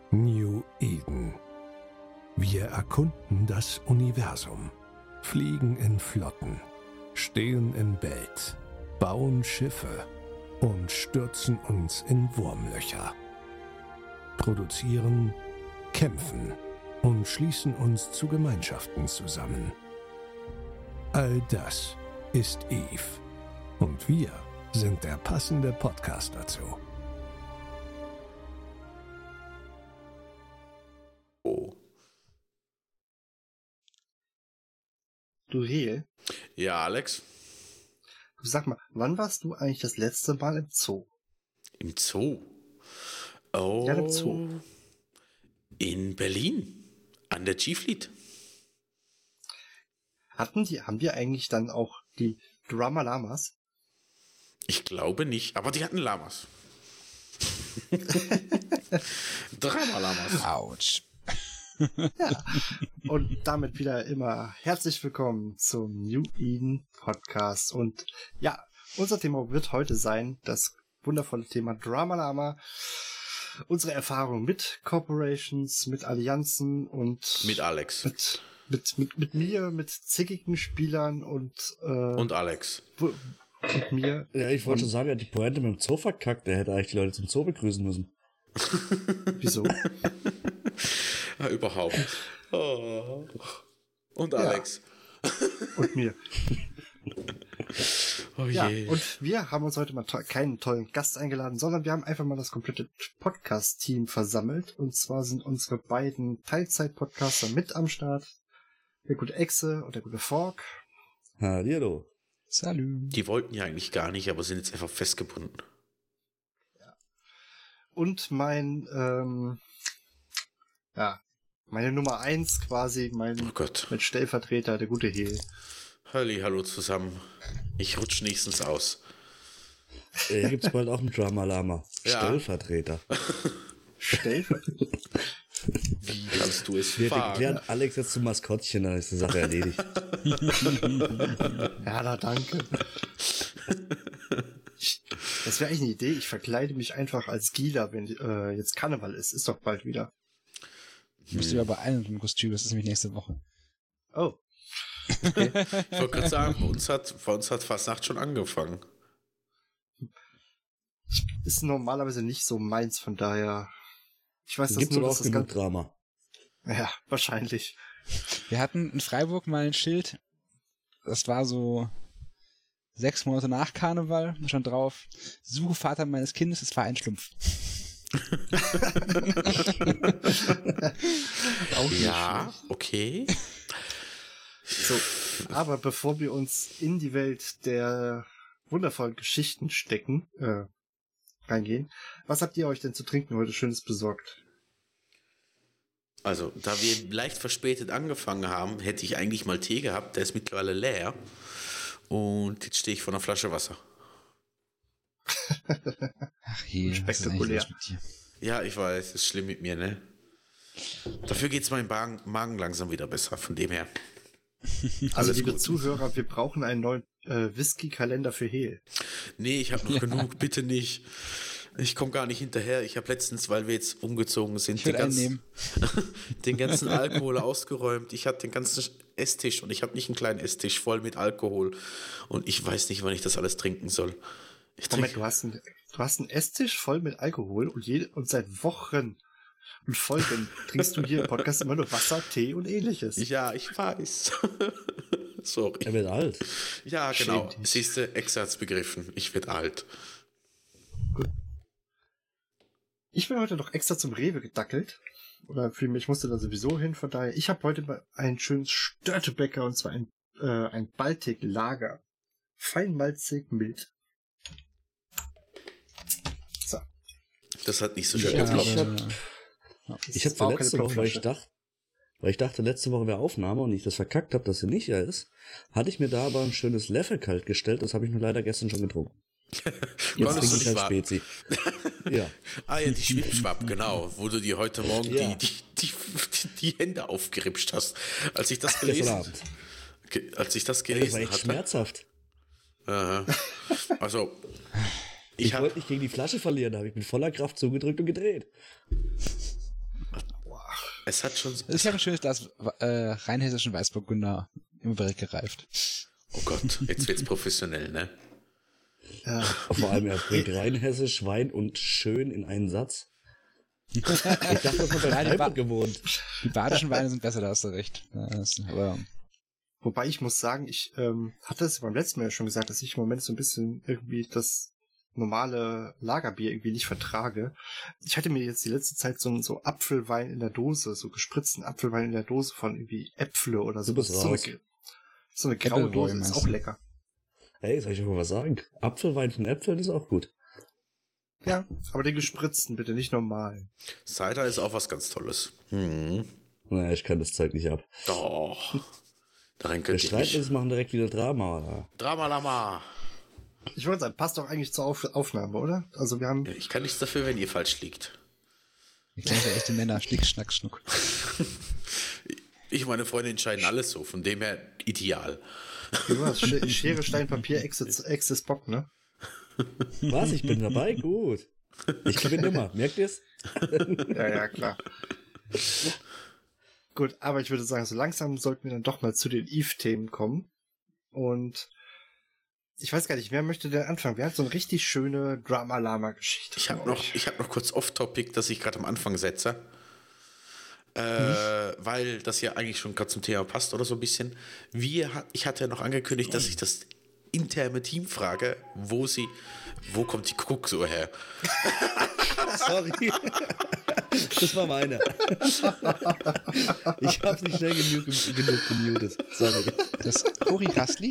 New Eden. Wir erkunden das Universum, fliegen in Flotten, stehen in Belt, bauen Schiffe und stürzen uns in Wurmlöcher. Produzieren, kämpfen und schließen uns zu Gemeinschaften zusammen. All das ist Eve. Und wir sind der passende Podcast dazu. Du Riel? Ja, Alex? Du sag mal, wann warst du eigentlich das letzte Mal im Zoo? Im Zoo? Oh, Ja, im Zoo. In Berlin, an der G-Fleet. Haben die eigentlich dann auch die Drama-Lamas? Ich glaube nicht, aber die hatten Lamas. Drama-Lamas. Autsch. Ja. Und damit wieder immer herzlich willkommen zum New Eden Podcast. Und ja, unser Thema wird heute sein, das wundervolle Thema Drama Lama. Unsere Erfahrung mit Corporations, mit Allianzen und mit Alex. Mit mir, mit zickigen Spielern und Alex. Und mir. Ja, ich wollte schon sagen, er hat die Pointe mit dem Zoo verkackt. Er hätte eigentlich die Leute zum Zoo begrüßen müssen. Wieso? Ja, überhaupt. Oh. Und Alex. Ja. Und mir. Oh je. Ja, und wir haben uns heute mal keinen tollen Gast eingeladen, sondern wir haben einfach mal das komplette Podcast-Team versammelt. Und zwar sind unsere beiden Teilzeit-Podcaster mit am Start. Der gute Exe und der gute Fork. Hallihallo. Salut. Die wollten ja eigentlich gar nicht, aber sind jetzt einfach festgebunden. Ja. Und meine Nummer 1 quasi, mein Stellvertreter, der gute Heel. Hallo zusammen. Ich rutsche nächstens aus. Hier gibt's bald auch einen Drama-Lama. Ja. Stellvertreter. Stellvertreter? Wie kannst du es Wir wagen? erklären Alex jetzt zum Maskottchen, dann ist die Sache erledigt. Ja, da danke. Das wäre eigentlich eine Idee. Ich verkleide mich einfach als Gila, wenn jetzt Karneval ist. Ist doch bald wieder. Ich müsste ja bei einem im Kostüm, das ist nämlich nächste Woche. Oh. Okay. Ich wollte gerade sagen, bei uns hat Fastnacht schon angefangen. Ist normalerweise nicht so meins, von daher. Ich weiß, Gibt's aber auch genug Drama. Ja, wahrscheinlich. Wir hatten in Freiburg mal ein Schild, das war so 6 Monate nach Karneval, da stand drauf: Suche Vater meines Kindes, es war ein Schlumpf. Ja, okay. So, aber bevor wir uns in die Welt der wundervollen Geschichten reingehen, was habt ihr euch denn zu trinken heute Schönes besorgt? Also, da wir leicht verspätet angefangen haben, hätte ich eigentlich mal Tee gehabt, der ist mittlerweile leer. Und jetzt stehe ich vor einer Flasche Wasser. Ach je, spektakulär. Was ist mit dir? Ja, ich weiß, ist schlimm mit mir, ne? Dafür geht's meinem Magen langsam wieder besser, von dem her. Also, liebe Zuhörer, wir brauchen einen neuen Whisky-Kalender für Hehl. Nee, ich habe noch genug, bitte nicht. Ich komme gar nicht hinterher. Ich habe letztens, weil wir jetzt umgezogen sind, den ganzen Alkohol ausgeräumt. Ich hatte den ganzen Esstisch und ich habe nicht einen kleinen Esstisch voll mit Alkohol. Und ich weiß nicht, wann ich das alles trinken soll. Moment, du hast einen Esstisch voll mit Alkohol und seit Wochen und Folgen trinkst du hier im Podcast immer nur Wasser, Tee und ähnliches. Ja, ich weiß. Sorry. Er wird alt. Ja, genau. Siehst du, Ex hat's begriffen. Ich werde alt. Gut. Ich bin heute noch extra zum Rewe gedackelt. Oder vielmehr, ich musste da sowieso hin, von daher. Ich habe heute mal ein schönes Störtebäcker, und zwar ein Baltic-Lager. Feinmalzig, mild. So. Das hat nicht so schön geklappt. Ich habe für letzte Woche, weil ich dachte, letzte Woche wäre Aufnahme und ich das verkackt habe, dass sie nicht ja ist, hatte ich mir da aber ein schönes Leffe kalt gestellt. Das habe ich nur leider gestern schon getrunken. Jetzt trinke ich halt Spezi. Ja. Ah ja, die Schwipschwapp, genau, wo du dir heute Morgen die Hände aufgeripscht hast. Als ich das gelesen habe. Das war echt schmerzhaft. Also, ich wollte nicht gegen die Flasche verlieren, da habe ich mit voller Kraft zugedrückt und gedreht. Es hat schon... Ich habe ein schönes Glas rheinhessischen Weißburgunder im Barrik gereift. Oh Gott, jetzt wird's professionell, ne? Ja. Vor allem, er bringt rheinhessisch, Wein und schön in einen Satz. Ich dachte, das war bei Freiburg gewohnt. Die badischen Weine sind besser, da hast du recht. Aber wobei ich muss sagen, ich hatte es beim letzten Mal ja schon gesagt, dass ich im Moment so ein bisschen irgendwie das normale Lagerbier irgendwie nicht vertrage. Ich hatte mir jetzt die letzte Zeit so Apfelwein in der Dose, so gespritzten Apfelwein in der Dose von irgendwie Äpfel oder so. So eine graue Dose ist auch lecker. Hey, soll ich euch mal was sagen? Apfelwein von Äpfeln ist auch gut. Ja, aber den gespritzten bitte, nicht normal. Cider ist auch was ganz Tolles. Naja, ich kann das Zeug nicht ab. Doch. Darin könnt ihr nicht. Wir machen direkt wieder Drama. Drama-Lama. Ich wollte sagen, passt doch eigentlich zur Aufnahme, oder? Also wir haben... Ich kann nichts dafür, wenn ihr falsch liegt. Ich glaube, ja echte Männer, Schnick, Schnack, Schnuck. Ich und meine Freunde entscheiden alles so, von dem her ideal. Schere, Stein, Papier, Ex ist Bock, ne? Was? Ich bin dabei? Gut. Ich gewinne immer. Merkt ihr's? Ja, klar. Gut, aber ich würde sagen, so langsam sollten wir dann doch mal zu den Eve-Themen kommen. Und ich weiß gar nicht, wer möchte denn anfangen? Wer hat so eine richtig schöne Drama-Lama-Geschichte? Ich hab noch kurz Off-Topic, das ich gerade am Anfang setze. Weil das ja eigentlich schon gerade zum Thema passt oder so ein bisschen. Ich hatte ja noch angekündigt, dass ich das interne Team frage, wo kommt die Krug so her? Sorry. Das war meine. Ich hab's nicht schnell genug gemutet. Sorry. Das Uri Rastli?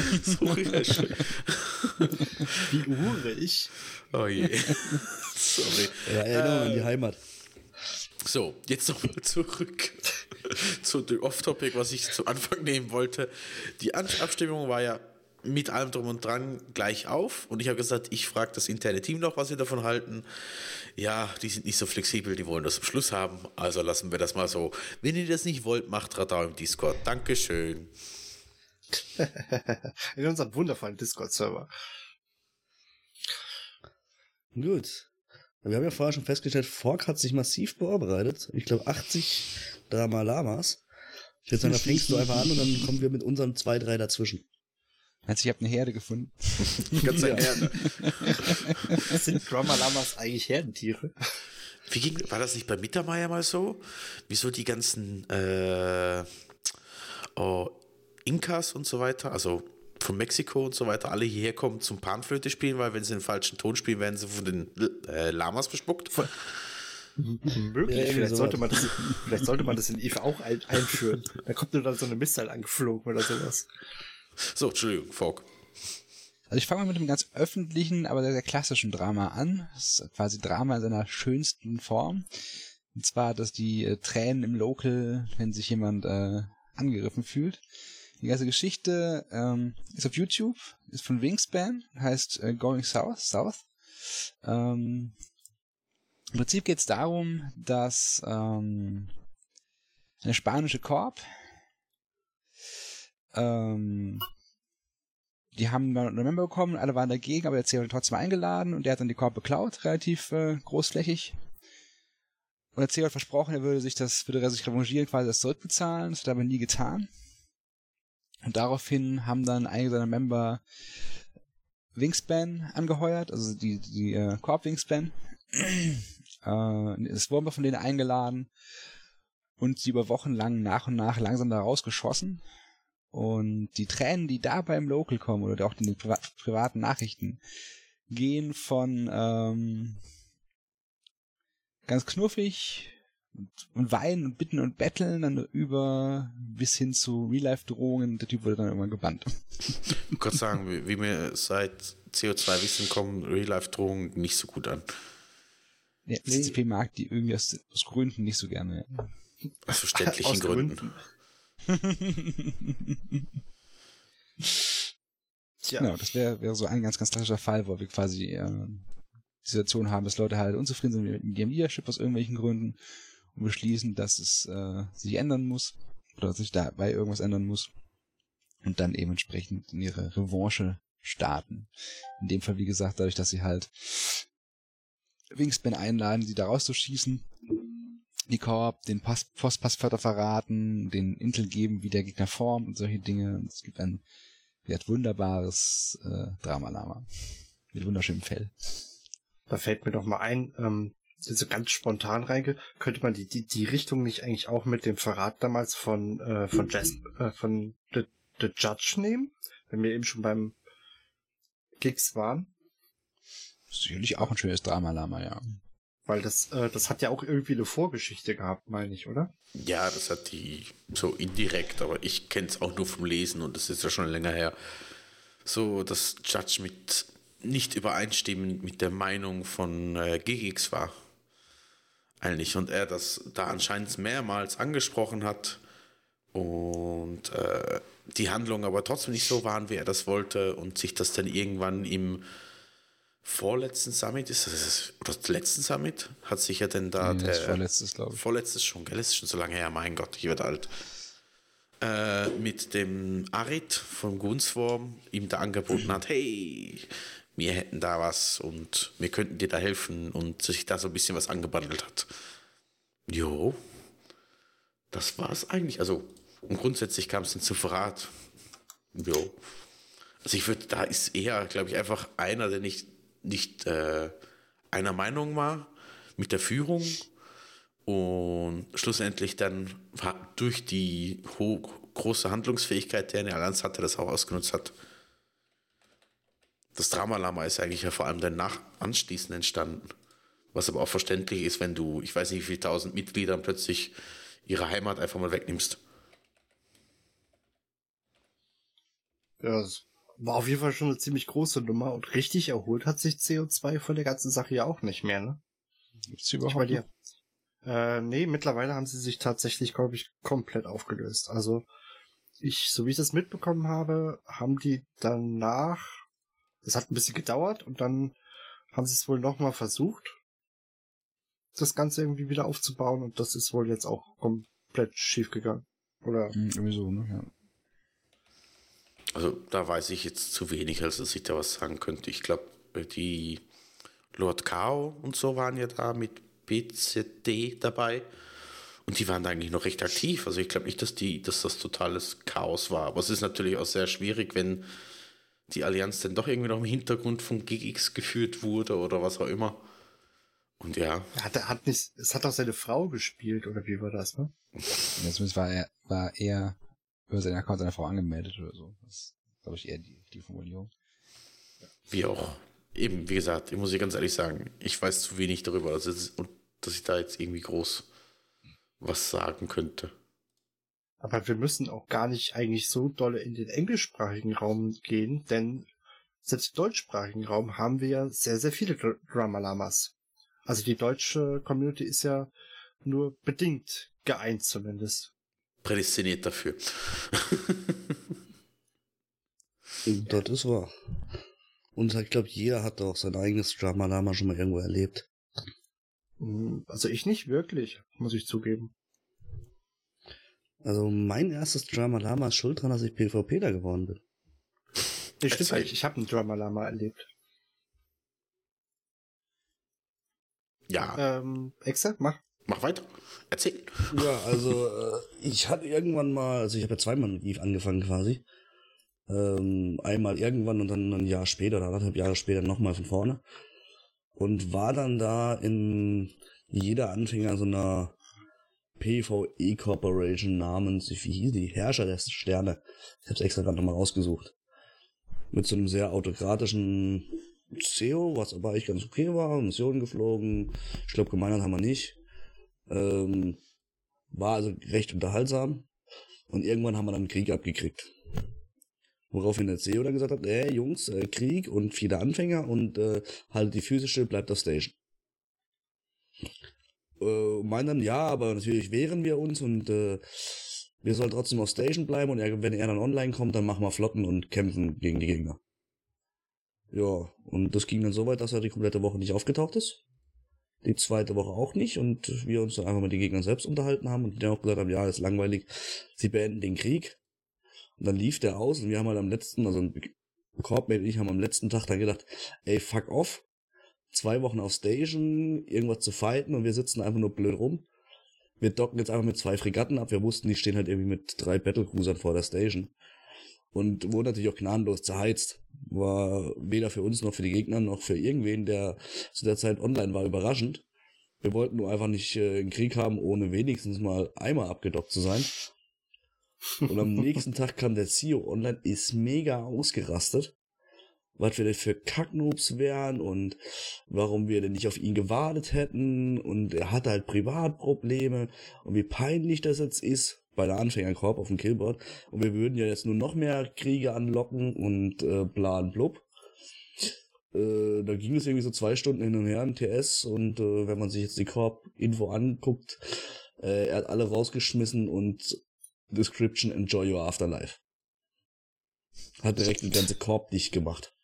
Wie urig? Oh je. Sorry. Ja, Erinnerung an die Heimat. So, jetzt nochmal zurück zu dem Off-Topic, was ich zu Anfang nehmen wollte. Die Abstimmung war ja mit allem drum und dran gleich auf und ich habe gesagt, ich frage das interne Team noch, was sie davon halten. Ja, die sind nicht so flexibel, die wollen das am Schluss haben, also lassen wir das mal so. Wenn ihr das nicht wollt, macht Radar im Discord. Dankeschön. In unserem wundervollen Discord-Server. Gut. Wir haben ja vorher schon festgestellt, Fork hat sich massiv vorbereitet. Ich glaube 80 Drama-Lamas. Ich würde sagen, da fängst du einfach an und dann kommen wir mit unseren 2, 3 dazwischen. Also ich habe eine Herde gefunden. Ganz eine Herde. Sind Drama-Lamas eigentlich Herdentiere? War das nicht bei Mittermeier mal so? Wieso die ganzen Inkas und so weiter, also von Mexiko und so weiter, alle hierher kommen zum Panflöte spielen, weil wenn sie den falschen Ton spielen, werden sie von den Lamas bespuckt? Möglich, ja, vielleicht sollte man das in Eve auch einführen. Da kommt nur dann so eine Missile angeflogen oder sowas. So, Entschuldigung, Fork. Also ich fange mal mit einem ganz öffentlichen, aber sehr, sehr klassischen Drama an. Das ist quasi Drama in seiner schönsten Form. Und zwar, dass die Tränen im Local, wenn sich jemand angegriffen fühlt. Die ganze Geschichte ist auf YouTube, ist von Wingspan, heißt Going South. Im Prinzip geht es darum, dass eine spanische Corp, die haben einen Member bekommen, alle waren dagegen, aber der CEO hat trotzdem eingeladen und der hat dann die Corp beklaut, relativ großflächig. Und der CEO hat versprochen, er würde sich revanchieren, quasi das zurückbezahlen, das hat er aber nie getan. Und daraufhin haben dann einige seiner Member Wingspan angeheuert, also die Corp Wingspan. Es wurden wir von denen eingeladen und sie über Wochen lang nach und nach langsam da rausgeschossen. Und die Tränen, die da beim Local kommen oder auch in den privaten Nachrichten, gehen von ganz knuffig und weinen und bitten und betteln dann über bis hin zu Real-Life-Drohungen. Der Typ wurde dann irgendwann gebannt. Ich kann sagen, wie wir seit CO2 wissen, kommen Real-Life-Drohungen nicht so gut an. Ja, CCP mag die irgendwie aus Gründen nicht so gerne. Ja. Aus verständlichen Gründen. Tja. Genau, das wäre so ein ganz, ganz klassischer Fall, wo wir quasi die Situation haben, dass Leute halt unzufrieden sind mit ihrem Leadership aus irgendwelchen Gründen und beschließen, dass es sich ändern muss oder sich dabei irgendwas ändern muss und dann eben entsprechend in ihre Revanche starten. In dem Fall, wie gesagt, dadurch, dass sie halt Wingspan einladen, sie da rauszuschießen. Korb den Postpasswörter verraten, den Intel geben, wie der Gegner formt und solche Dinge. Und es gibt ein wunderbares Dramalama mit wunderschönem Fell. Da fällt mir doch mal ein, so ganz spontan reinge, könnte man die Richtung nicht eigentlich auch mit dem Verrat damals von The Judge nehmen, wenn wir eben schon beim Gigs waren? Sicherlich auch ein schönes Dramalama, ja. Weil das hat ja auch irgendwie eine Vorgeschichte gehabt, meine ich, oder? Ja, das hat die so indirekt, aber ich kenne es auch nur vom Lesen und das ist ja schon länger her. So, dass Judge mit nicht übereinstimmend mit der Meinung von GX war. Eigentlich. Und er das da anscheinend mehrmals angesprochen hat und die Handlungen aber trotzdem nicht so waren, wie er das wollte und sich das dann irgendwann im vorletzten Summit, ist das oder letzten Summit, hat sich ja dann da das vorletztes, glaube ich. Vorletztes schon, gell? Das ist schon so lange her, mein Gott, ich werde alt. Mit dem Arid vom Gunsworm ihm da angeboten hat, hey, wir hätten da was und wir könnten dir da helfen und sich da so ein bisschen was angebandelt hat. Jo, das war es eigentlich. Also, und grundsätzlich kam es dann zu Verrat. Jo. Also ich würde, da ist eher, glaube ich, einfach einer, der nicht einer Meinung war mit der Führung und schlussendlich dann durch die große Handlungsfähigkeit, die eine Allianz hatte, das auch ausgenutzt hat. Das Dramalama ist eigentlich ja vor allem danach anschließend entstanden. Was aber auch verständlich ist, wenn du, ich weiß nicht wie viele 1000 Mitgliedern plötzlich ihre Heimat einfach mal wegnimmst. Ja, das war auf jeden Fall schon eine ziemlich große Nummer und richtig erholt hat sich CO2 von der ganzen Sache ja auch nicht mehr, ne? Gibt's die überhaupt noch? Nee, mittlerweile haben sie sich tatsächlich, glaube ich, komplett aufgelöst. Also, so wie ich das mitbekommen habe, haben die danach, das hat ein bisschen gedauert und dann haben sie es wohl nochmal versucht, das Ganze irgendwie wieder aufzubauen und das ist wohl jetzt auch komplett schief gegangen. Oder? Irgendwie so, ne? Ja. Also da weiß ich jetzt zu wenig, als dass ich da was sagen könnte. Ich glaube, die Lord Kao und so waren ja da mit BCD dabei und die waren da eigentlich noch recht aktiv. Also ich glaube nicht, dass das totales Chaos war. Aber es ist natürlich auch sehr schwierig, wenn die Allianz dann doch irgendwie noch im Hintergrund von GX geführt wurde oder was auch immer. Und ja. Es hat auch seine Frau gespielt, oder wie war das, ne? Ja, zumindest war er über seinen Account seiner Frau angemeldet oder so. Das ist, glaube ich, eher die Formulierung. Wie auch. Eben, wie gesagt, ich muss dir ganz ehrlich sagen, ich weiß zu wenig darüber, dass ich da jetzt irgendwie groß was sagen könnte. Aber wir müssen auch gar nicht eigentlich so dolle in den englischsprachigen Raum gehen, denn selbst im deutschsprachigen Raum haben wir ja sehr, sehr viele Dramalamas. Also die deutsche Community ist ja nur bedingt geeint zumindest. Prädestiniert dafür. Das ist wahr. Und ich glaube, jeder hat auch sein eigenes Dramalama schon mal irgendwo erlebt. Also ich nicht wirklich, muss ich zugeben. Also mein erstes Dramalama ist schuld dran, dass ich PvPler geworden bin. Das stimmt eigentlich, ich habe ein Dramalama erlebt. Ja. Exakt, mach weiter. Erzähl. Ja, also ich hatte irgendwann mal, also ich habe ja zweimal mit Eve angefangen quasi. Einmal irgendwann und dann ein Jahr später oder 1,5 Jahre später nochmal von vorne. Und war dann da in jeder Anfänger so einer PvE Corporation namens, wie hieß die? Herrscher der Sterne. Ich habe es extra gerade nochmal rausgesucht. Mit so einem sehr autokratischen CEO, was aber eigentlich ganz okay war, Missionen geflogen. Ich glaube, gemeinert haben wir nicht. War also recht unterhaltsam. Und irgendwann haben wir dann einen Krieg abgekriegt. Woraufhin der CEO dann gesagt hat, Jungs, Krieg und viele Anfänger und halt die physische bleibt auf Station. Meinen dann, ja, aber natürlich wehren wir uns und wir sollen trotzdem auf Station bleiben und wenn er dann online kommt, dann machen wir Flotten und kämpfen gegen die Gegner. Ja, und das ging dann so weit, dass er die komplette Woche nicht aufgetaucht ist. Die zweite Woche auch nicht und wir uns dann einfach mit den Gegnern selbst unterhalten haben und die dann auch gesagt haben, ja, ist langweilig, sie beenden den Krieg. Und dann lief der aus und wir haben halt am letzten, also Corpmate und ich haben am letzten Tag dann gedacht, ey, fuck off, 2 Wochen auf Station, irgendwas zu fighten und wir sitzen einfach nur blöd rum. wir docken jetzt einfach mit 2 Fregatten ab. Wir wussten, die stehen halt irgendwie mit 3 Battlecruisern vor der Station. Und wurden natürlich auch gnadenlos zerheizt. War weder für uns noch für die Gegner noch für irgendwen, der zu der Zeit online war, überraschend. Wir wollten nur einfach nicht einen Krieg haben, ohne wenigstens mal einmal abgedockt zu sein. Und am nächsten Tag kam der CEO online, ist mega ausgerastet, was wir denn für Kacknoobs wären und warum wir denn nicht auf ihn gewartet hätten. Und er hatte halt Privatprobleme und wie peinlich das jetzt ist bei der Anfängerkorb auf dem Killboard. Und wir würden ja jetzt nur noch mehr Kriege anlocken und bla und blub. Da ging es irgendwie so 2 Stunden hin und her im TS und wenn man sich jetzt die Korb-Info anguckt, er hat alle rausgeschmissen und Description, enjoy your afterlife. Hat direkt die ganze Korb dicht gemacht.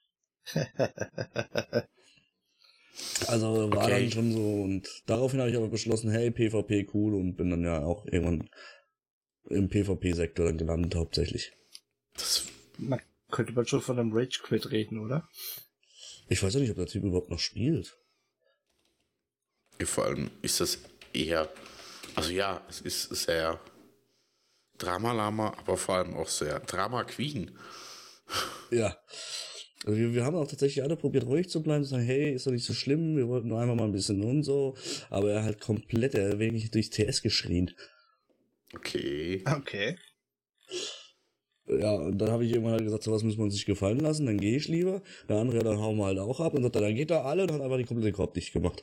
Also war dann schon so und daraufhin habe ich aber beschlossen, hey, PvP cool und bin dann ja auch irgendwann im PvP-Sektor dann gelandet hauptsächlich. Man könnte man schon von einem Rage-Quit reden, oder? Ich weiß ja nicht, ob der Typ überhaupt noch spielt. Vor allem ist das eher, also ja, es ist sehr Drama-Lama, aber vor allem auch sehr Drama-Queen. Ja. Also wir haben auch tatsächlich alle probiert, ruhig zu bleiben, zu sagen, hey, ist doch nicht so schlimm, wir wollten nur einfach mal ein bisschen und so. Aber er hat komplett, er hat wirklich durchs TS geschrien. Okay. Ja, und dann habe ich irgendwann halt gesagt, so was müssen wir uns nicht gefallen lassen, dann gehe ich lieber. Der andere, dann hauen wir halt auch ab und sagt, dann geht da alle und hat einfach die komplette Korb dicht gemacht.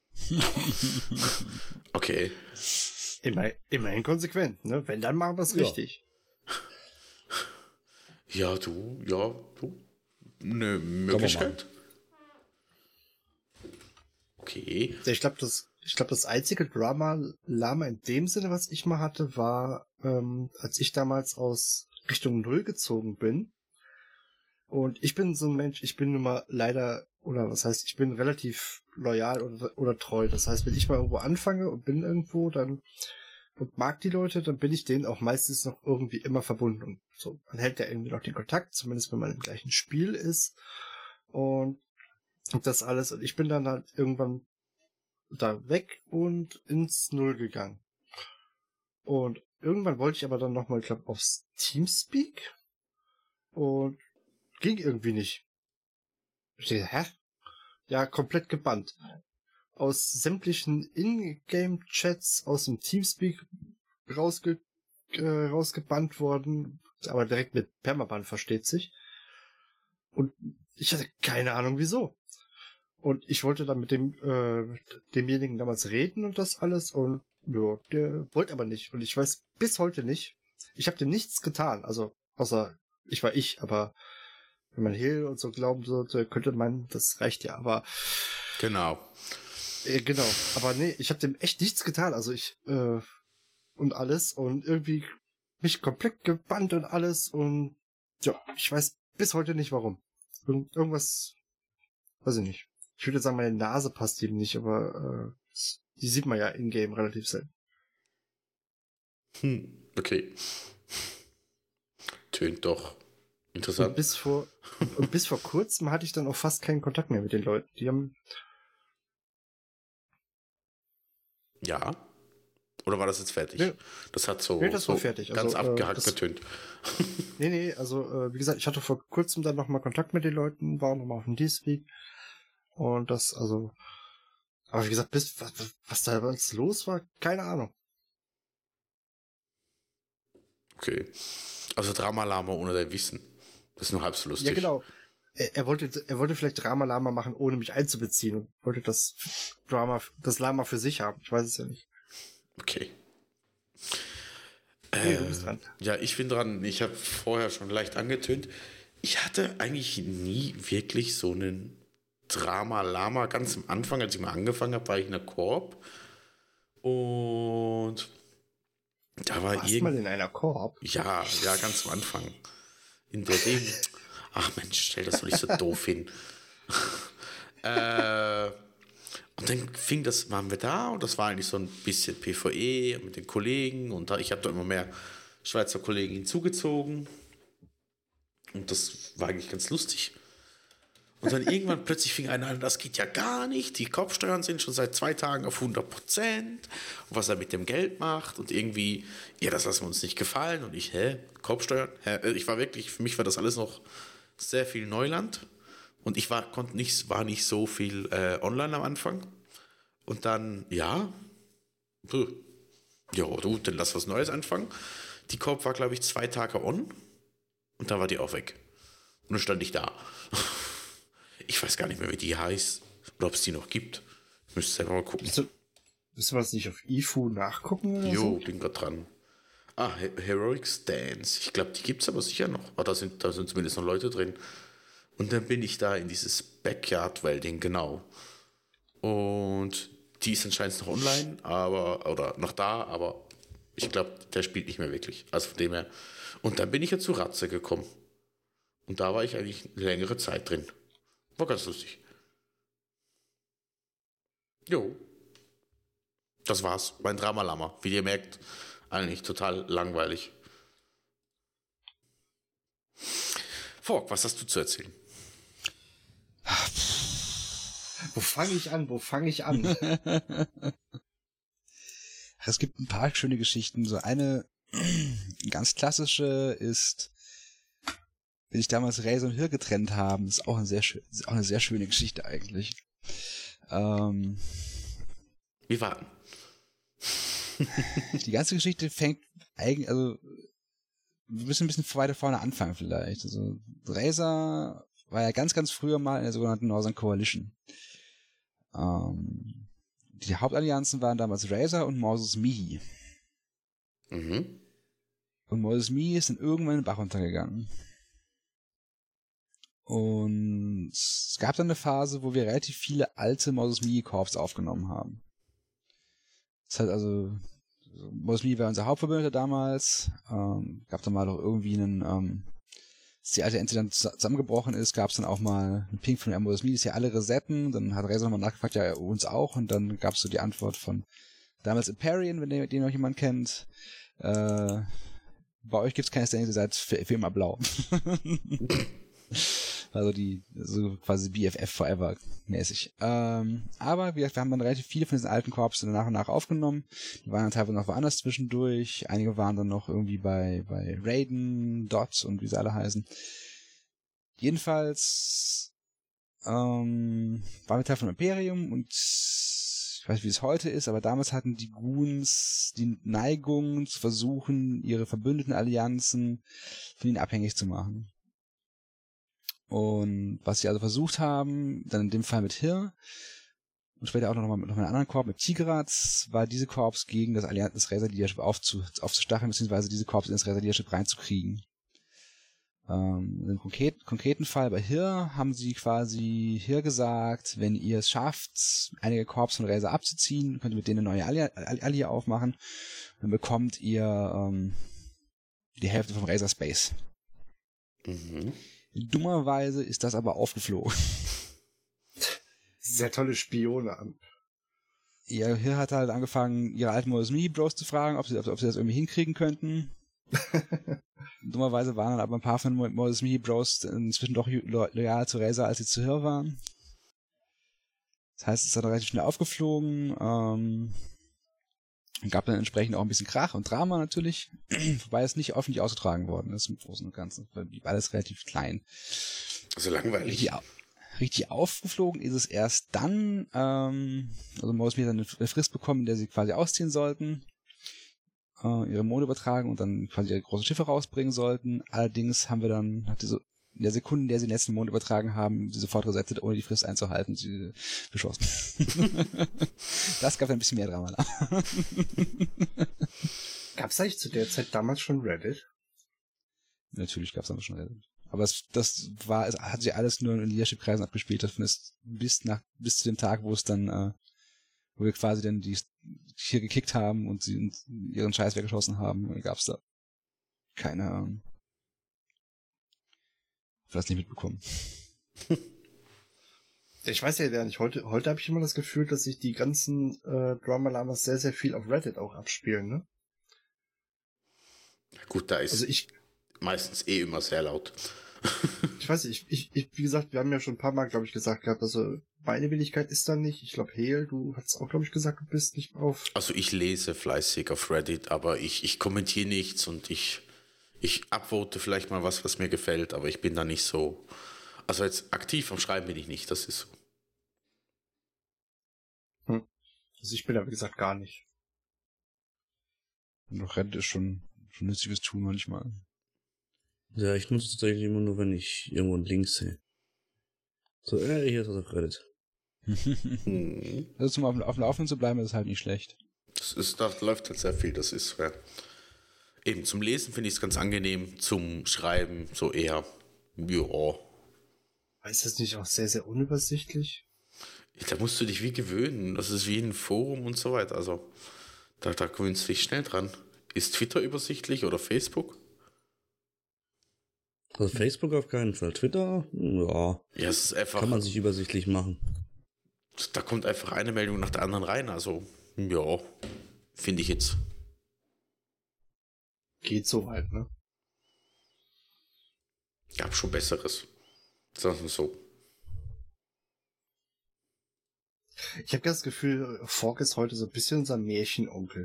Okay. Immerhin konsequent, ne? Wenn, dann machen wir es richtig. Ja, du. Eine Möglichkeit. Okay. Ich glaube, das einzige Drama-Lama in dem Sinne, was ich mal hatte, war, als ich damals aus Richtung 0 gezogen bin. Und ich bin so ein Mensch, ich bin nun mal leider, oder was heißt, ich bin relativ loyal oder treu. Das heißt, wenn ich mal irgendwo anfange und bin irgendwo, dann und mag die Leute, dann bin ich denen auch meistens noch irgendwie immer verbunden. Und so, man hält ja irgendwie noch den Kontakt, zumindest wenn man im gleichen Spiel ist. Und das alles. Und ich bin dann halt irgendwann da weg und ins 0 gegangen. Und irgendwann wollte ich aber dann nochmal, ich glaube, aufs Teamspeak. Und ging irgendwie nicht. Ich dachte, hä? Ja, komplett gebannt. Aus sämtlichen Ingame-Chats aus dem Teamspeak rausgebannt worden. Aber direkt mit Permaban, versteht sich. Und ich hatte keine Ahnung, wieso. Und ich wollte dann mit demjenigen damals reden und das alles. Und ja, der wollte aber nicht. Und ich weiß bis heute nicht. Ich habe dem nichts getan. Also, außer aber wenn man Heal und so glauben sollte, könnte man, das reicht ja. Aber genau. Genau. Aber nee, ich habe dem echt nichts getan. Also und alles. Und irgendwie mich komplett gebannt und alles. Und ja, ich weiß bis heute nicht warum. Irgendwas, weiß ich nicht. Ich würde sagen, meine Nase passt ihm nicht, aber die sieht man ja in-game relativ selten. Okay. Tönt doch interessant. Und bis vor kurzem hatte ich dann auch fast keinen Kontakt mehr mit den Leuten. Die haben... Ja. Oder war das jetzt fertig? Nee. Das hat so, das war fertig. Ganz abgehackt getönt. Nee, also wie gesagt, ich hatte vor kurzem dann nochmal Kontakt mit den Leuten, war nochmal auf dem Teamspeak. Und das, also... Aber wie gesagt, was da jetzt los war, keine Ahnung. Okay. Also Drama-Lama ohne dein Wissen. Das ist nur halb so lustig. Ja, genau. Er wollte vielleicht Drama-Lama machen, ohne mich einzubeziehen und wollte das Lama für sich haben. Ich weiß es ja nicht. Okay. Du bist dran. Ja, ich bin dran. Ich habe vorher schon leicht angetönt. Ich hatte eigentlich nie wirklich so einen Drama-Lama. Ganz am Anfang, als ich mal angefangen habe, war ich in der Koop. Und da war mal in einer Koop? Ja, ganz am Anfang. In der Ding. Ach Mensch, stell das doch nicht so doof hin. Und dann waren wir da und das war eigentlich so ein bisschen PvE mit den Kollegen und ich habe da immer mehr Schweizer Kollegen hinzugezogen und das war eigentlich ganz lustig. Und dann irgendwann plötzlich fing einer an, das geht ja gar nicht, die Kopfsteuern sind schon seit 2 Tagen auf 100%, und was er mit dem Geld macht und irgendwie, ja, das lassen wir uns nicht gefallen. Und ich, Kopfsteuern? Ich war wirklich, für mich war das alles noch sehr viel Neuland, und ich war nicht so viel online am Anfang. Und dann, ja, du, dann lass was Neues anfangen. Die Korb war, glaube ich, 2 Tage on, und dann war die auch weg. Und dann stand ich da. Ich weiß gar nicht mehr, wie die heißt oder ob es die noch gibt. Ich müsste selber mal gucken. Willst du was nicht auf IFU nachgucken oder so? Bin gerade dran. Heroic Stance. Ich glaube, die gibt es aber sicher noch. Da sind zumindest noch Leute drin. Und dann bin ich da in dieses Backyard-Welding, genau. Und die ist anscheinend noch online, oder noch da, aber ich glaube, der spielt nicht mehr wirklich. Also von dem her. Und dann bin ich ja zu Ratze gekommen. Und da war ich eigentlich eine längere Zeit drin. War ganz lustig. Jo. Das war's. Mein Dramalama. Wie ihr merkt, eigentlich total langweilig. Fork, was hast du zu erzählen? Wo fange ich an? Es gibt ein paar schöne Geschichten. So eine ganz klassische ist, wenn sich damals Razor und Hill getrennt haben, ist auch eine sehr schöne Geschichte eigentlich. Wir warten. Die ganze Geschichte fängt eigentlich, also wir müssen ein bisschen weiter vorne anfangen vielleicht. Also Razor war ja ganz, ganz früher mal in der sogenannten Northern Coalition. Die Hauptallianzen waren damals Razor und Moses Mihi. Mhm. Und Moses Mihi ist dann irgendwann in den Bach runtergegangen. Und es gab dann eine Phase, wo wir relativ viele alte Moses Mihi-Korps aufgenommen haben. Das heißt also, Moses Mihi war unser Hauptverbündeter damals. Gab dann mal doch irgendwie einen, als die alte Ente dann zusammengebrochen ist, gab es dann auch mal einen Ping von Moses Mihi, das ja alle resetten. Dann hat Razor nochmal nachgefragt, ja, uns auch. Und dann gab es so die Antwort von damals Imperium, wenn den noch jemand kennt. Bei euch gibt's keine Standings, ihr seid für immer blau. Also so quasi BFF Forever mäßig. Aber wir haben dann relativ viele von diesen alten Korps nach und nach aufgenommen. Die waren dann teilweise noch woanders zwischendurch. Einige waren dann noch irgendwie bei Raiden, Dots und wie sie alle heißen. Jedenfalls waren wir Teil von Imperium, und ich weiß, wie es heute ist, aber damals hatten die Goons die Neigung zu versuchen, ihre verbündeten Allianzen von ihnen abhängig zu machen. Und was sie also versucht haben, dann in dem Fall mit Hir und später auch noch mal mit einem anderen Korps, mit Tigratz, war diese Korps gegen das Razor Leadership aufzustacheln, beziehungsweise diese Korps ins Razor Leadership reinzukriegen. Im konkreten Fall bei Hir haben sie quasi Hir gesagt, wenn ihr es schafft, einige Korps von Razor abzuziehen, könnt ihr mit denen eine neue Allianz aufmachen, dann bekommt ihr die Hälfte vom Razor Space. Mhm. Dummerweise ist das aber aufgeflogen. Sehr tolle Spione an. Ja, Hir hat halt angefangen, ihre alten Moses Mihi Bros zu fragen, ob sie das irgendwie hinkriegen könnten. Dummerweise waren dann aber ein paar von Moses Mihi Bros inzwischen doch loyal zu Razor, als sie zu Hir waren. Das heißt, es ist dann relativ schnell aufgeflogen. Gab dann entsprechend auch ein bisschen Krach und Drama natürlich, wobei es nicht öffentlich ausgetragen worden ist im Großen und Ganzen, weil blieb alles relativ klein. Also langweilig. Richtig aufgeflogen ist es erst dann, also Moses Mihi hat eine Frist bekommen, in der sie quasi ausziehen sollten, ihre Mode übertragen und dann quasi ihre großen Schiffe rausbringen sollten. Allerdings haben wir dann, in der Sekunde, in der sie den letzten Mond übertragen haben, sie sofort resettet, ohne die Frist einzuhalten, sie beschossen. Das gab ein bisschen mehr Drama. Gab es eigentlich zu der Zeit damals schon Reddit? Natürlich gab es damals schon Reddit. Aber es hat sich alles nur in Leadership-Kreisen abgespielt. Das ist bis zu dem Tag, wo es dann, wo wir quasi dann die hier gekickt haben und sie ihren Scheiß weggeschossen haben, gab es da keine das nicht mitbekommen. Ich weiß ja gar nicht, heute habe ich immer das Gefühl, dass sich die ganzen Drama-Lamas sehr, sehr viel auf Reddit auch abspielen, ne? Gut, da ist also meistens immer sehr laut. ich weiß nicht, wie gesagt, wir haben ja schon ein paar Mal, glaube ich, gesagt gehabt, also meine Willigkeit ist da nicht. Ich glaube, Hale, du hast auch, glaube ich, gesagt, du bist nicht auf. Also ich lese fleißig auf Reddit, aber ich kommentiere nichts und ich upvote vielleicht mal was mir gefällt, aber ich bin da nicht so, also jetzt aktiv am Schreiben bin ich nicht, das ist so. Also ich bin da, wie gesagt, gar nicht. Und doch Reddit ist schon nützliches Tool manchmal. Ja, ich nutze es tatsächlich immer nur, wenn ich irgendwo einen Link sehe. So, hier ist was auf Reddit. Also zum auf dem Laufenden zu bleiben, ist halt nicht schlecht. Da läuft halt sehr viel, das ist eben zum Lesen finde ich es ganz angenehm, zum Schreiben so eher, ja. Ist das nicht auch sehr, sehr unübersichtlich? Da musst du dich wie gewöhnen, das ist wie ein Forum und so weiter, also da gewöhnst du dich schnell dran. Ist Twitter übersichtlich oder Facebook? Also Facebook auf keinen Fall. Twitter, ja, es ist einfach, kann man sich übersichtlich machen. Da kommt einfach eine Meldung nach der anderen rein, also ja, finde ich jetzt. Geht so weit, ne? Gab schon Besseres. Sagen wir so. Ich habe das Gefühl, Fork ist heute so ein bisschen unser Märchenonkel.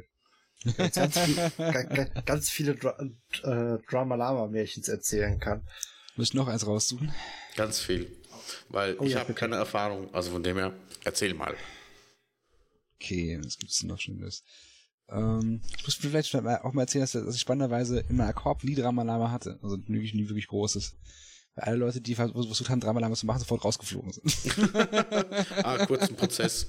Ganz viele Drama-Lama-Märchens erzählen kann. Muss ich noch eins raussuchen? Ganz viel. Weil ich habe keine Erfahrung, also von dem her, erzähl mal. Okay, was gibt's denn noch Schönes? Ich muss vielleicht auch mal erzählen, dass ich spannenderweise in meiner Korb nie Drama-Lama hatte. Also nie wirklich Großes. Weil alle Leute, die versucht haben, Drama-Lama zu machen, sofort rausgeflogen sind. Kurzen Prozess.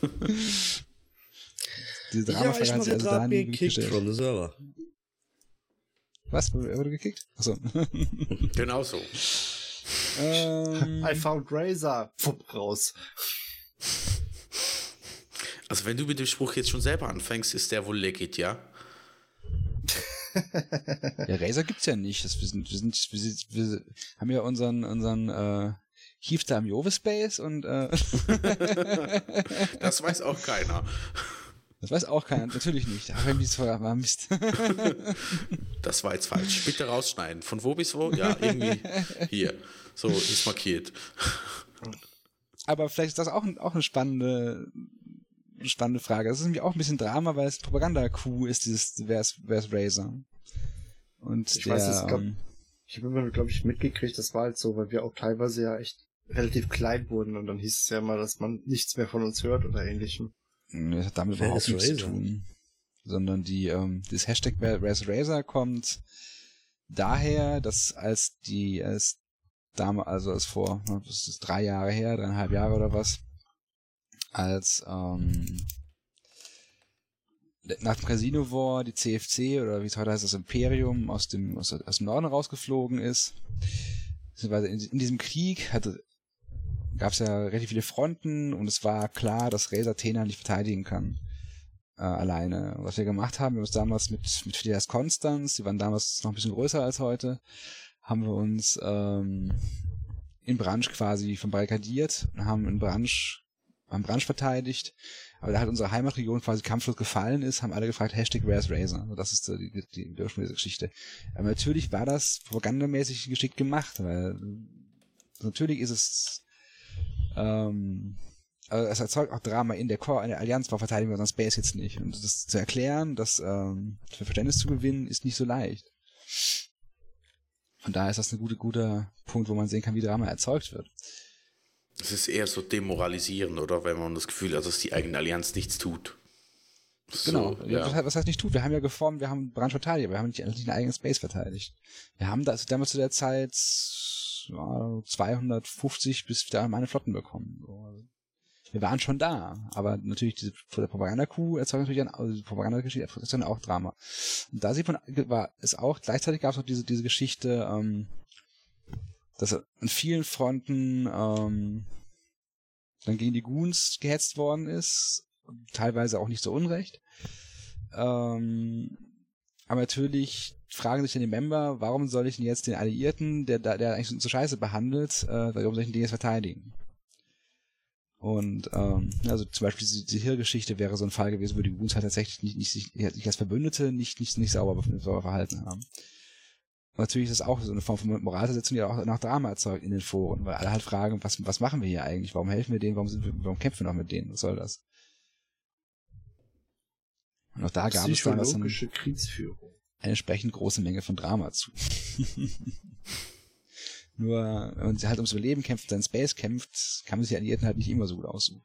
Diese Drama-Frage hat sie also da nie gekickt from the server. Was? Wurde gekickt? Achso. Genau so. I found Razor. Pfupp, raus. Also wenn du mit dem Spruch jetzt schon selber anfängst, ist der wohl legit, ja? Ja, Razer gibt's ja nicht. Wir haben ja unseren Hief da im Jove-Space und Das weiß auch keiner. Das weiß auch keiner, natürlich nicht. Ach, wenn die vorher war, Mist. Das war jetzt falsch. Bitte rausschneiden. Von wo bis wo? Ja, irgendwie hier. So, ist markiert. Aber vielleicht ist das auch eine spannende Frage. Das ist nämlich auch ein bisschen Drama, weil es Propaganda-Coup ist, dieses wer ist Razer. Und ich habe immer, glaube ich, mitgekriegt, das war halt so, weil wir auch teilweise ja echt relativ klein wurden und dann hieß es ja mal, dass man nichts mehr von uns hört oder ähnlichem. Das hat damit überhaupt nichts zu tun. Sondern das Hashtag Wer ist Razer kommt daher, dass als damals, also als vor, das ist 3 Jahre her, 3,5 Jahre oder was, als nach dem Casino War die CFC oder wie es heute heißt, das Imperium aus dem Norden rausgeflogen ist. In diesem Krieg gab es ja relativ viele Fronten und es war klar, dass Razer Tena nicht verteidigen kann alleine. Und was wir gemacht haben, wir haben uns damals mit Fidelitas Constans, die waren damals noch ein bisschen größer als heute, haben wir uns in Branch quasi verbarrikadiert und haben Branch verteidigt. Aber da halt unsere Heimatregion quasi kampflos gefallen ist, haben alle gefragt, Hashtag Wer ist Razer. Also das ist die Ursprung dieser Geschichte. Aber natürlich war das propagandamäßig geschickt gemacht, weil natürlich ist es also es erzeugt auch Drama in der Allianz, warum verteidigen wir unseren Space jetzt nicht? Und das zu erklären, das für Verständnis zu gewinnen, ist nicht so leicht. Von daher ist das ein guter Punkt, wo man sehen kann, wie Drama erzeugt wird. Es ist eher so demoralisierend, oder? Wenn man das Gefühl hat, dass die eigene Allianz nichts tut. Genau. So, ja. Was heißt nicht tut? Wir haben ja geformt, wir haben Branch verteidigt, aber wir haben nicht einen eigenen Space verteidigt. Wir haben damals zu der Zeit 250 bis wieder meine Flotten bekommen. Wir waren schon da, aber natürlich diese Propaganda-Coup erzeugt natürlich die Propagandageschichte erzeugt dann auch Drama. Und da sieht man, gleichzeitig gab es auch diese Geschichte, dass an vielen Fronten dann gegen die Goons gehetzt worden ist, teilweise auch nicht so unrecht. Aber natürlich fragen sich dann die Member, warum soll ich denn jetzt den Alliierten, der eigentlich so scheiße behandelt, warum soll ich den jetzt verteidigen? Und also zum Beispiel diese Hill-Geschichte wäre so ein Fall gewesen, wo die Goons halt tatsächlich nicht als Verbündete nicht sauber verhalten haben. natürlich ist das auch so eine Form von Moralversetzung, die auch nach Drama erzeugt in den Foren, weil alle halt fragen, was machen wir hier eigentlich? Warum helfen wir denen? Warum kämpfen wir noch mit denen? Was soll das? Und auch da gab es damals Kriegsführung. Eine entsprechend große Menge von Drama zu. Nur, wenn man halt ums Überleben kämpft, seinen Space kämpft, kann man sich die Alliierten halt nicht immer so gut aussuchen.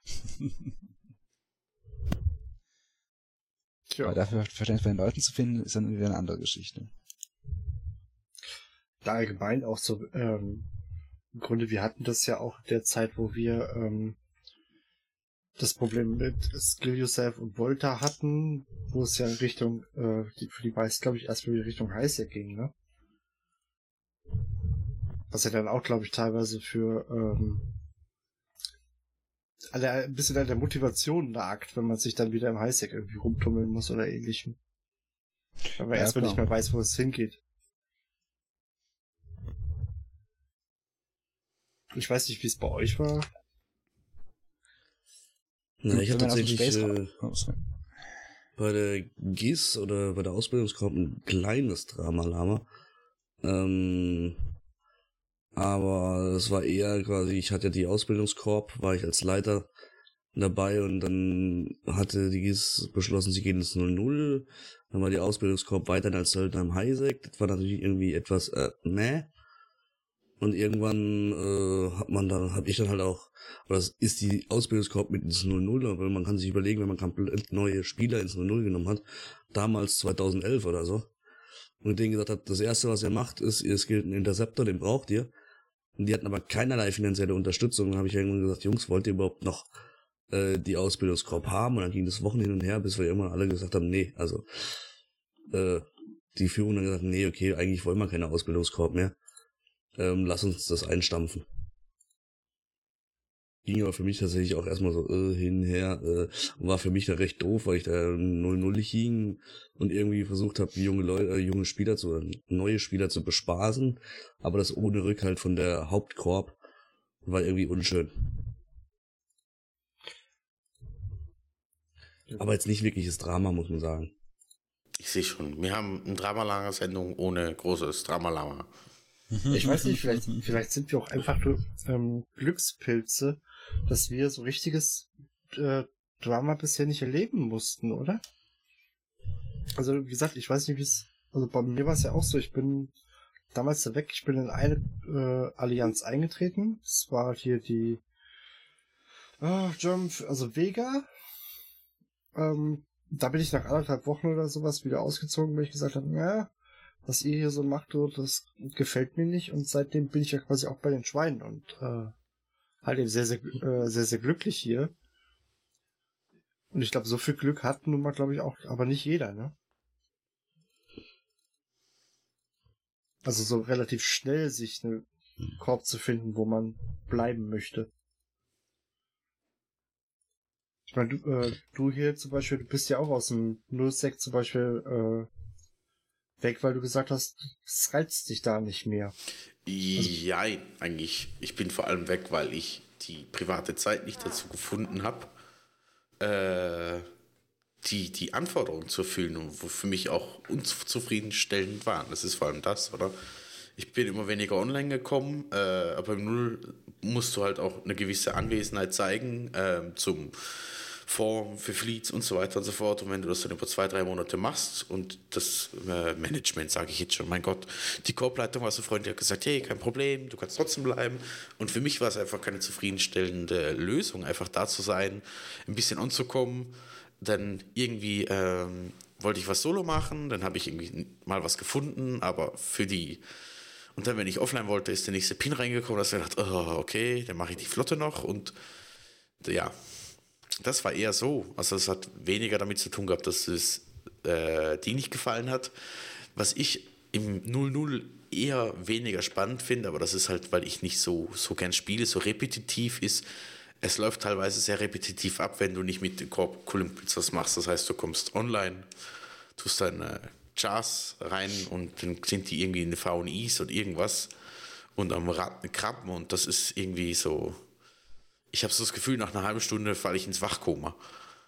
Aber dafür Verständnis bei den Leuten zu finden, ist dann wieder eine andere Geschichte. Da allgemein auch so, im Grunde, wir hatten das ja auch der Zeit, wo wir das Problem mit Skill Yourself und Volta hatten, wo es ja in Richtung, für die meisten, glaube ich, erstmal in Richtung Highsec ging, ne? Was ja dann auch, glaube ich, teilweise für ein bisschen an der Motivation nagt, wenn man sich dann wieder im Highsec irgendwie rumtummeln muss oder ähnlichem. Weil man erstmal nicht mehr weiß, wo es hingeht. Ich weiß nicht, wie es bei euch war. Na, ich hatte tatsächlich bei der GIS oder bei der Ausbildungsgruppe ein kleines Drama-Lama. Aber es war eher quasi, ich hatte die Ausbildungskorb, war ich als Leiter dabei und dann hatte die GIS beschlossen, sie gehen ins 00. Dann war die Ausbildungskorb weiterhin als Söldner im Highsec. Das war natürlich irgendwie etwas, Und irgendwann hab ich dann halt auch, aber das ist die Ausbildungskorb mit ins 00, aber man kann sich überlegen, wenn man komplett neue Spieler ins 00 genommen hat, damals 2011 oder so, und denen gesagt hat, das erste, was ihr macht, ist, ihr skillt einen Interceptor, den braucht ihr. Und die hatten aber keinerlei finanzielle Unterstützung. Dann habe ich irgendwann gesagt, Jungs, wollt ihr überhaupt noch die Ausbildungskorb haben? Und dann ging das Wochen hin und her, bis wir irgendwann alle gesagt haben, nee, also die Führung dann gesagt, nee, okay, eigentlich wollen wir keine Ausbildungskorb mehr. Lass uns das einstampfen. Ging aber für mich tatsächlich auch erstmal so hinher, war für mich da recht doof, weil ich da 0-0 hing und irgendwie versucht habe, junge Spieler neue Spieler zu bespaßen, aber das ohne Rückhalt von der Hauptkorb war irgendwie unschön. Aber jetzt nicht wirkliches Drama, muss man sagen. Ich sehe schon, wir haben eine Dramalager-Sendung ohne großes Dramalama. Ich weiß nicht, vielleicht sind wir auch einfach Glückspilze, dass wir so richtiges Drama bisher nicht erleben mussten, oder? Also wie gesagt, ich weiß nicht, wie es, also bei mir war es ja auch so, ich bin damals da weg, ich bin in eine Allianz eingetreten, es war hier die also Vega, da bin ich nach 1,5 Wochen oder sowas wieder ausgezogen, weil ich gesagt habe, ja, was ihr hier so macht, das gefällt mir nicht. Und seitdem bin ich ja quasi auch bei den Schweinen und halt eben sehr, sehr glücklich hier. Und ich glaube, so viel Glück hat nun mal, glaube ich, auch, aber nicht jeder, ne? Also so relativ schnell sich einen Korb zu finden, wo man bleiben möchte. Ich meine, du hier zum Beispiel, du bist ja auch aus dem Nullsec zum Beispiel weg, weil du gesagt hast, es reizt dich da nicht mehr. Ja, eigentlich. Ich bin vor allem weg, weil ich die private Zeit nicht dazu gefunden habe, die Anforderungen zu erfüllen und wo für mich auch unzufriedenstellend waren. Das ist vor allem das, oder? Ich bin immer weniger online gekommen, aber im Null musst du halt auch eine gewisse Anwesenheit zeigen zum Form für Fleets und so weiter und so fort. Und wenn du das dann über 2-3 Monate machst und das Management, sage ich jetzt schon, mein Gott, die Korbleitung war so freundlich, hat gesagt, hey, kein Problem, du kannst trotzdem bleiben. Und für mich war es einfach keine zufriedenstellende Lösung, einfach da zu sein, ein bisschen anzukommen. Dann irgendwie wollte ich was solo machen, dann habe ich irgendwie mal was gefunden, aber für die... Und dann, wenn ich offline wollte, ist der nächste Pin reingekommen, dass ich gedacht, oh, okay, dann mache ich die Flotte noch und ja, das war eher so. Also es hat weniger damit zu tun gehabt, dass es die nicht gefallen hat. Was ich im 0-0 eher weniger spannend finde, aber das ist halt, weil ich nicht so gern spiele, so repetitiv ist. Es läuft teilweise sehr repetitiv ab, wenn du nicht mit den Kulimpels was machst. Das heißt, du kommst online, tust deine Chars rein und dann sind die irgendwie in den VNIs und irgendwas und am Rad krabben und das ist irgendwie so... Ich habe so das Gefühl, nach einer halben Stunde falle ich ins Wachkoma.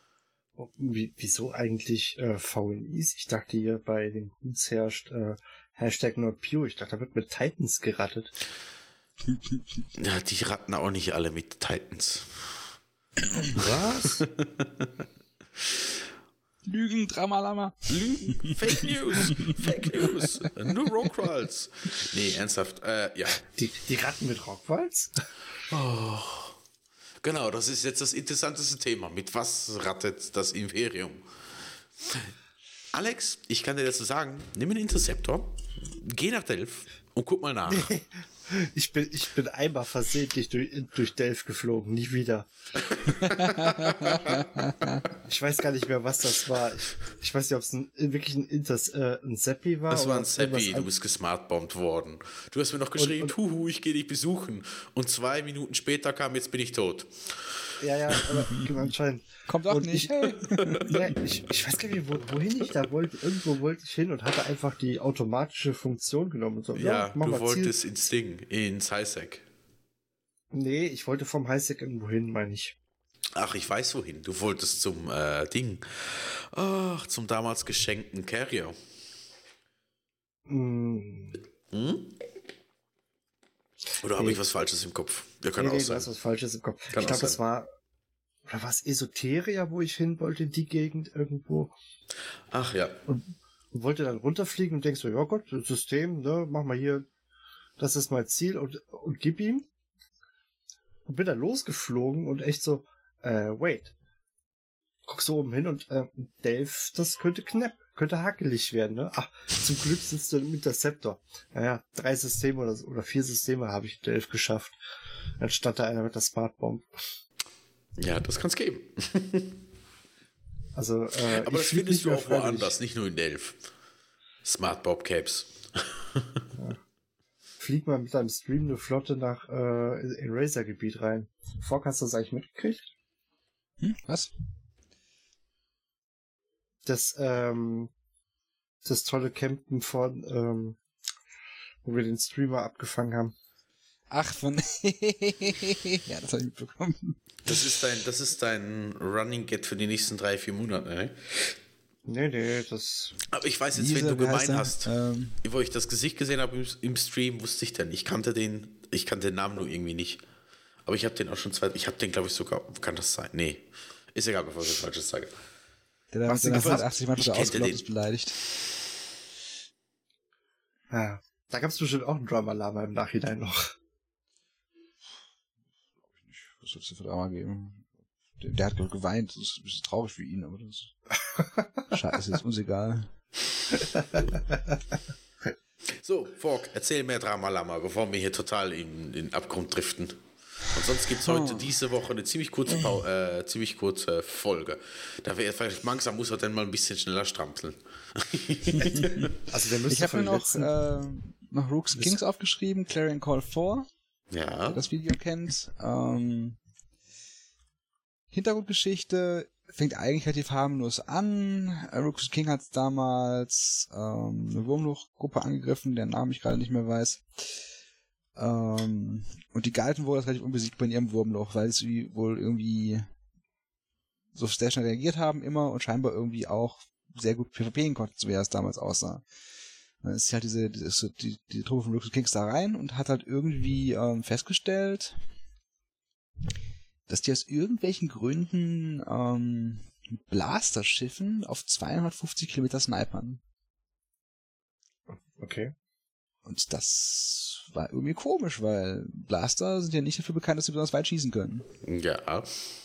Wieso eigentlich VNIs? Ich dachte hier bei den Hoods herrscht #NotPure. Ich dachte, da wird mit Titans gerattet. Ja, die ratten auch nicht alle mit Titans. Was? Lügen, Dramalama. Lügen, Fake News, nur Rockwalds. Nee, ernsthaft, ja. Die Ratten mit Rockwalds? Oh. Genau, das ist jetzt das interessanteste Thema. Mit was rattet das Imperium? Alex, ich kann dir dazu sagen, nimm einen Interceptor, geh nach Delph und guck mal nach. Ich bin einmal versehentlich durch Delph geflogen, nie wieder. Ich weiß gar nicht mehr, was das war. Ich weiß nicht, ob es wirklich ein Seppi war. Das war ein Seppi, du bist gesmartbombt worden. Du hast mir noch geschrieben, huhu, ich gehe dich besuchen. Und 2 Minuten später kam, jetzt bin ich tot. Ja, aber anscheinend. Kommt auch nicht. Ich weiß gar nicht, wohin ich da wollte. Irgendwo wollte ich hin und hatte einfach die automatische Funktion genommen. Und so, ja, du wolltest ins Ding, ins Highsec. Nee, ich wollte vom Highsec irgendwo hin, meine ich. Ach, ich weiß wohin. Du wolltest zum Ding. Ach, zum damals geschenkten Carrier. Oder habe ich was Falsches im Kopf? Ja, kann auch sein. Du hast was Falsches im Kopf. Ich glaube, das war... Oder war es Esoteria, wo ich hin wollte, in die Gegend irgendwo? Ach ja. Und wollte dann runterfliegen und denkst so, ja Gott, das System, ne, mach mal hier, das ist mein Ziel und gib ihm. Und bin dann losgeflogen und echt so, wait. Guckst du oben hin und Delph, das könnte könnte hakelig werden, ne? Ach, zum Glück sitzt du im Interceptor. Naja, 3 Systeme oder 4 Systeme habe ich in Delph geschafft. Dann stand da einer mit der Smartbomb. Ja, das kann's geben. Also, aber das findest du auch woanders, nicht nur in Delph. Smart Bob Capes. Ja. Flieg mal mit deinem Stream eine Flotte nach Eraser-Gebiet rein. Fork, hast du das eigentlich mitgekriegt? Was? Das tolle Campen von, wo wir den Streamer abgefangen haben. Ach, von... ja, das habe ich mitbekommen. Das ist dein Running Get für die nächsten 3-4 Monate, ne? Nee, das... Aber ich weiß jetzt, wen du gemeint hast. Wo ich das Gesicht gesehen habe im Stream, wusste ich denn. Ich kannte den Namen nur irgendwie nicht. Aber ich habe den auch schon ich habe den, glaube ich, sogar... Kann das sein? Nee. Ist egal, bevor ich was Falsches sage. Der hat 80 Mal ausgelockt ist beleidigt. Ja, da gab es bestimmt auch einen Drama-Lama im Nachhinein noch. Was soll es für Drama geben? Der hat geweint, das ist ein bisschen traurig für ihn, aber das Scheiße, ist uns egal. So, Fork, erzähl mehr Drama-Lama, bevor wir hier total in den Abgrund driften. Und sonst gibt es heute diese Woche eine ziemlich kurze Folge. Da wäre vielleicht langsam, muss er dann mal ein bisschen schneller strampeln. Also ich habe mir noch Rooks and Kings aufgeschrieben, Clarion Call 4. Ja. Wer das Video kennt. Hintergrundgeschichte fängt eigentlich relativ harmlos an. Rooks and King hat damals eine Wurmloch-Gruppe angegriffen, deren Namen ich gerade nicht mehr weiß. Und die galten wohl als relativ unbesiegbar in ihrem Wurmloch, weil sie wohl irgendwie so sehr schnell reagiert haben immer und scheinbar irgendwie auch sehr gut PvPen konnten, so wie es damals aussah. Dann ist halt diese Truppe von Rooks and Kings da rein und hat halt irgendwie festgestellt, dass die aus irgendwelchen Gründen mit Blasterschiffen auf 250 Kilometer snipern. Okay. Und das war irgendwie komisch, weil Blaster sind ja nicht dafür bekannt, dass sie besonders weit schießen können. Ja.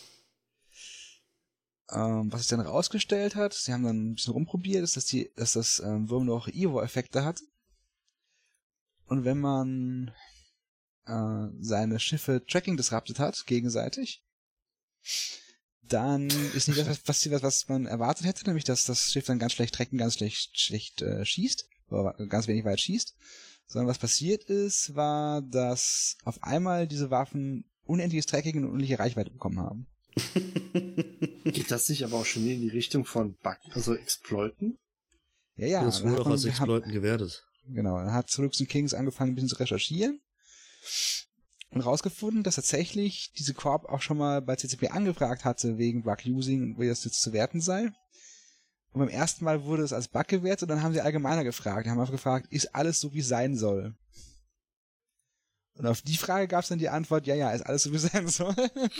Was sich dann rausgestellt hat, sie haben dann ein bisschen rumprobiert, ist, dass das Wurmloch Evo-Effekte hat. Und wenn man seine Schiffe Tracking disrupted hat, gegenseitig, dann ist nicht das passiert, was man erwartet hätte, nämlich dass das Schiff dann ganz schlecht tracken, ganz schlecht schießt, oder ganz wenig weit schießt, sondern was passiert ist, war, dass auf einmal diese Waffen unendliches Tracking und unendliche Reichweite bekommen haben. Geht das nicht aber auch schon in die Richtung von Bug, also Exploiten? Ja. Das wurde auch als Exploiten gewertet. Genau, dann hat Rooks and Kings angefangen, ein bisschen zu recherchieren und rausgefunden, dass tatsächlich diese Corp auch schon mal bei CCP angefragt hatte, wegen Bug-Using und wie das jetzt zu werten sei. Und beim ersten Mal wurde es als Bug gewertet und dann haben sie allgemeiner gefragt. Die haben einfach gefragt, ist alles so, wie es sein soll? Und auf die Frage gab es dann die Antwort, ja, ist alles so, wie es sein soll.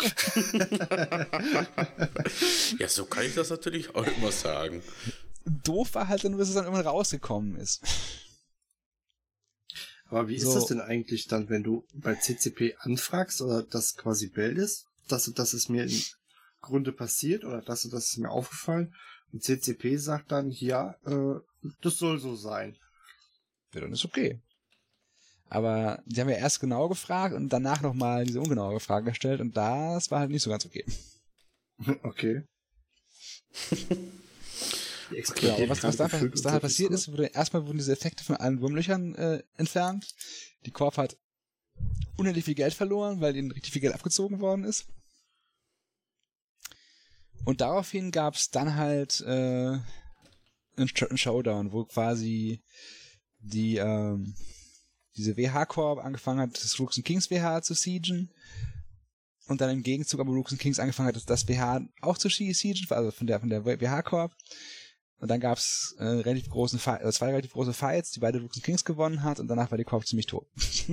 Ja, so kann ich das natürlich auch immer sagen. Doof war halt dann, bis es dann irgendwann rausgekommen ist. Aber wie ist das denn eigentlich dann, wenn du bei CCP anfragst oder das quasi meldest, dass es mir im Grunde passiert oder das ist mir aufgefallen und CCP sagt dann, ja, das soll so sein. Ja, dann ist okay. Aber die haben ja erst genau gefragt und danach nochmal diese ungenaue Frage gestellt und das war halt nicht so ganz okay. Okay. Ja, aber was da halt passiert ist, erstmal wurden diese Effekte von allen Wurmlöchern entfernt. Die Corp hat unendlich viel Geld verloren, weil ihnen richtig viel Geld abgezogen worden ist. Und daraufhin gab es dann halt einen Showdown, wo quasi diese WH-Corp angefangen hat, das Rooks & Kings WH zu siegen und dann im Gegenzug aber Rooks & Kings angefangen hat, das WH auch zu siegen, also von der WH-Corp. Und dann gab es zwei relativ große Fights, die beide Rooks & Kings gewonnen hat und danach war die Corp ziemlich tot.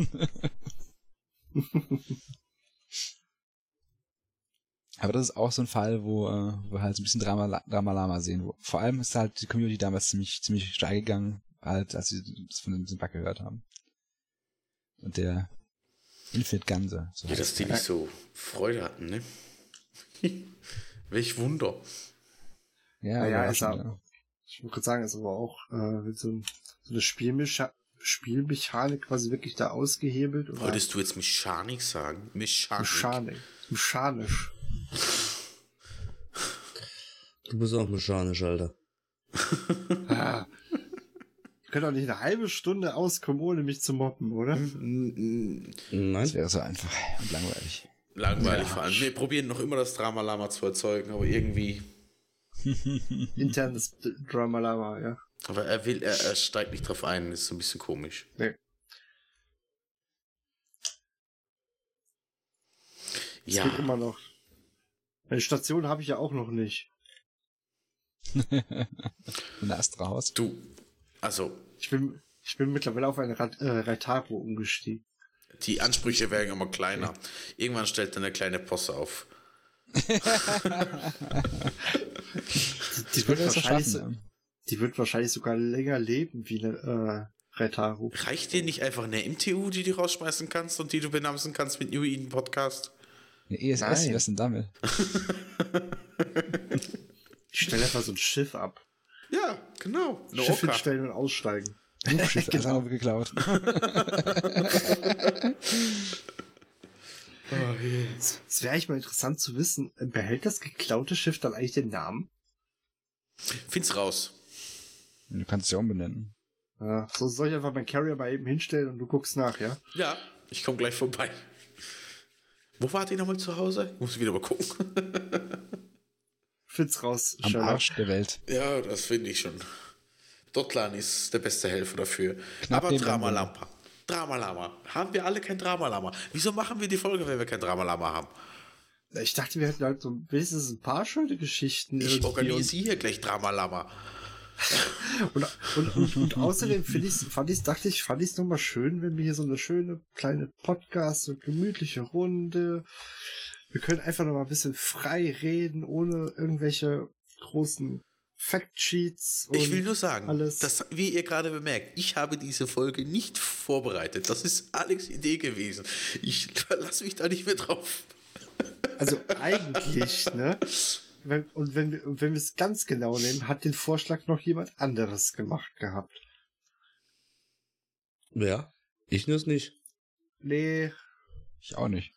Aber das ist auch so ein Fall, wo wir halt so ein bisschen Drama-Lama sehen. Vor allem ist halt die Community damals ziemlich steil gegangen, halt, als sie das von dem Bug gehört haben. Und der Infinite Ganze. So ja, dass die nicht so Freude hatten, ne? Welch Wunder. Ja, ist aber, ich wollte gerade sagen, ist aber auch so eine Spielmechanik quasi wirklich da ausgehebelt. Oder? Wolltest du jetzt Mechanik sagen? Mechanisch. Du bist auch mechanisch, Alter. Ihr könnt doch nicht eine halbe Stunde auskommen, ohne mich zu mobben, oder? Nein. Das wäre so einfach und langweilig. Langweilig vor allem. Wir probieren noch immer das Drama-Lama zu erzeugen, aber irgendwie... Internes Drama-Lama, ja. Aber er steigt nicht drauf ein, ist so ein bisschen komisch. Nee. Ja. Es geht immer noch. Eine Station habe ich ja auch noch nicht. Ein Astra-Haus. Du, also... Ich bin mittlerweile auf eine Raitaro umgestiegen. Die Ansprüche werden immer kleiner. Okay. Irgendwann stellt er eine kleine Posse auf. die wird wahrscheinlich sogar länger leben wie eine Raitaro. Reicht dir nicht einfach eine MTU, die du rausschmeißen kannst und die du benamsen kannst mit New Eden Podcast? Eine ESS, was denn damit? Ich stelle einfach so ein Schiff ab. Ja, genau. Schiff hinstellen und aussteigen. Schiff genau. Geklaut. Es wäre eigentlich mal interessant zu wissen, behält das geklaute Schiff dann eigentlich den Namen? Find's raus. Du kannst es ja umbenennen. Ja, so soll ich einfach meinen Carrier mal eben hinstellen und du guckst nach, ja? Ja, ich komme gleich vorbei. Wo wart ihr nochmal zu Hause? Ich muss wieder mal gucken. Find's raus. Am Arsch der Welt. Ja, das finde ich schon. Dotlan ist der beste Helfer dafür. Knapp aber Drama-Lama. Haben wir alle kein Drama-Lama? Wieso machen wir die Folge, wenn wir kein Drama-Lama haben? Ich dachte, wir hätten halt so wenigstens ein paar schöne Geschichten. Ich organisiere hier gleich Drama-Lama. und außerdem fand ich es nochmal schön, wenn wir hier so eine schöne kleine Podcast, so gemütliche Runde. Wir können einfach noch mal ein bisschen frei reden, ohne irgendwelche großen Factsheets. Ich will nur sagen, dass, wie ihr gerade bemerkt, ich habe diese Folge nicht vorbereitet. Das ist Alex' Idee gewesen. Ich verlasse mich da nicht mehr drauf. Also eigentlich, ne? Wenn wir es ganz genau nehmen, hat den Vorschlag noch jemand anderes gemacht gehabt. Ja, ich nur es nicht. Nee. Ich auch nicht.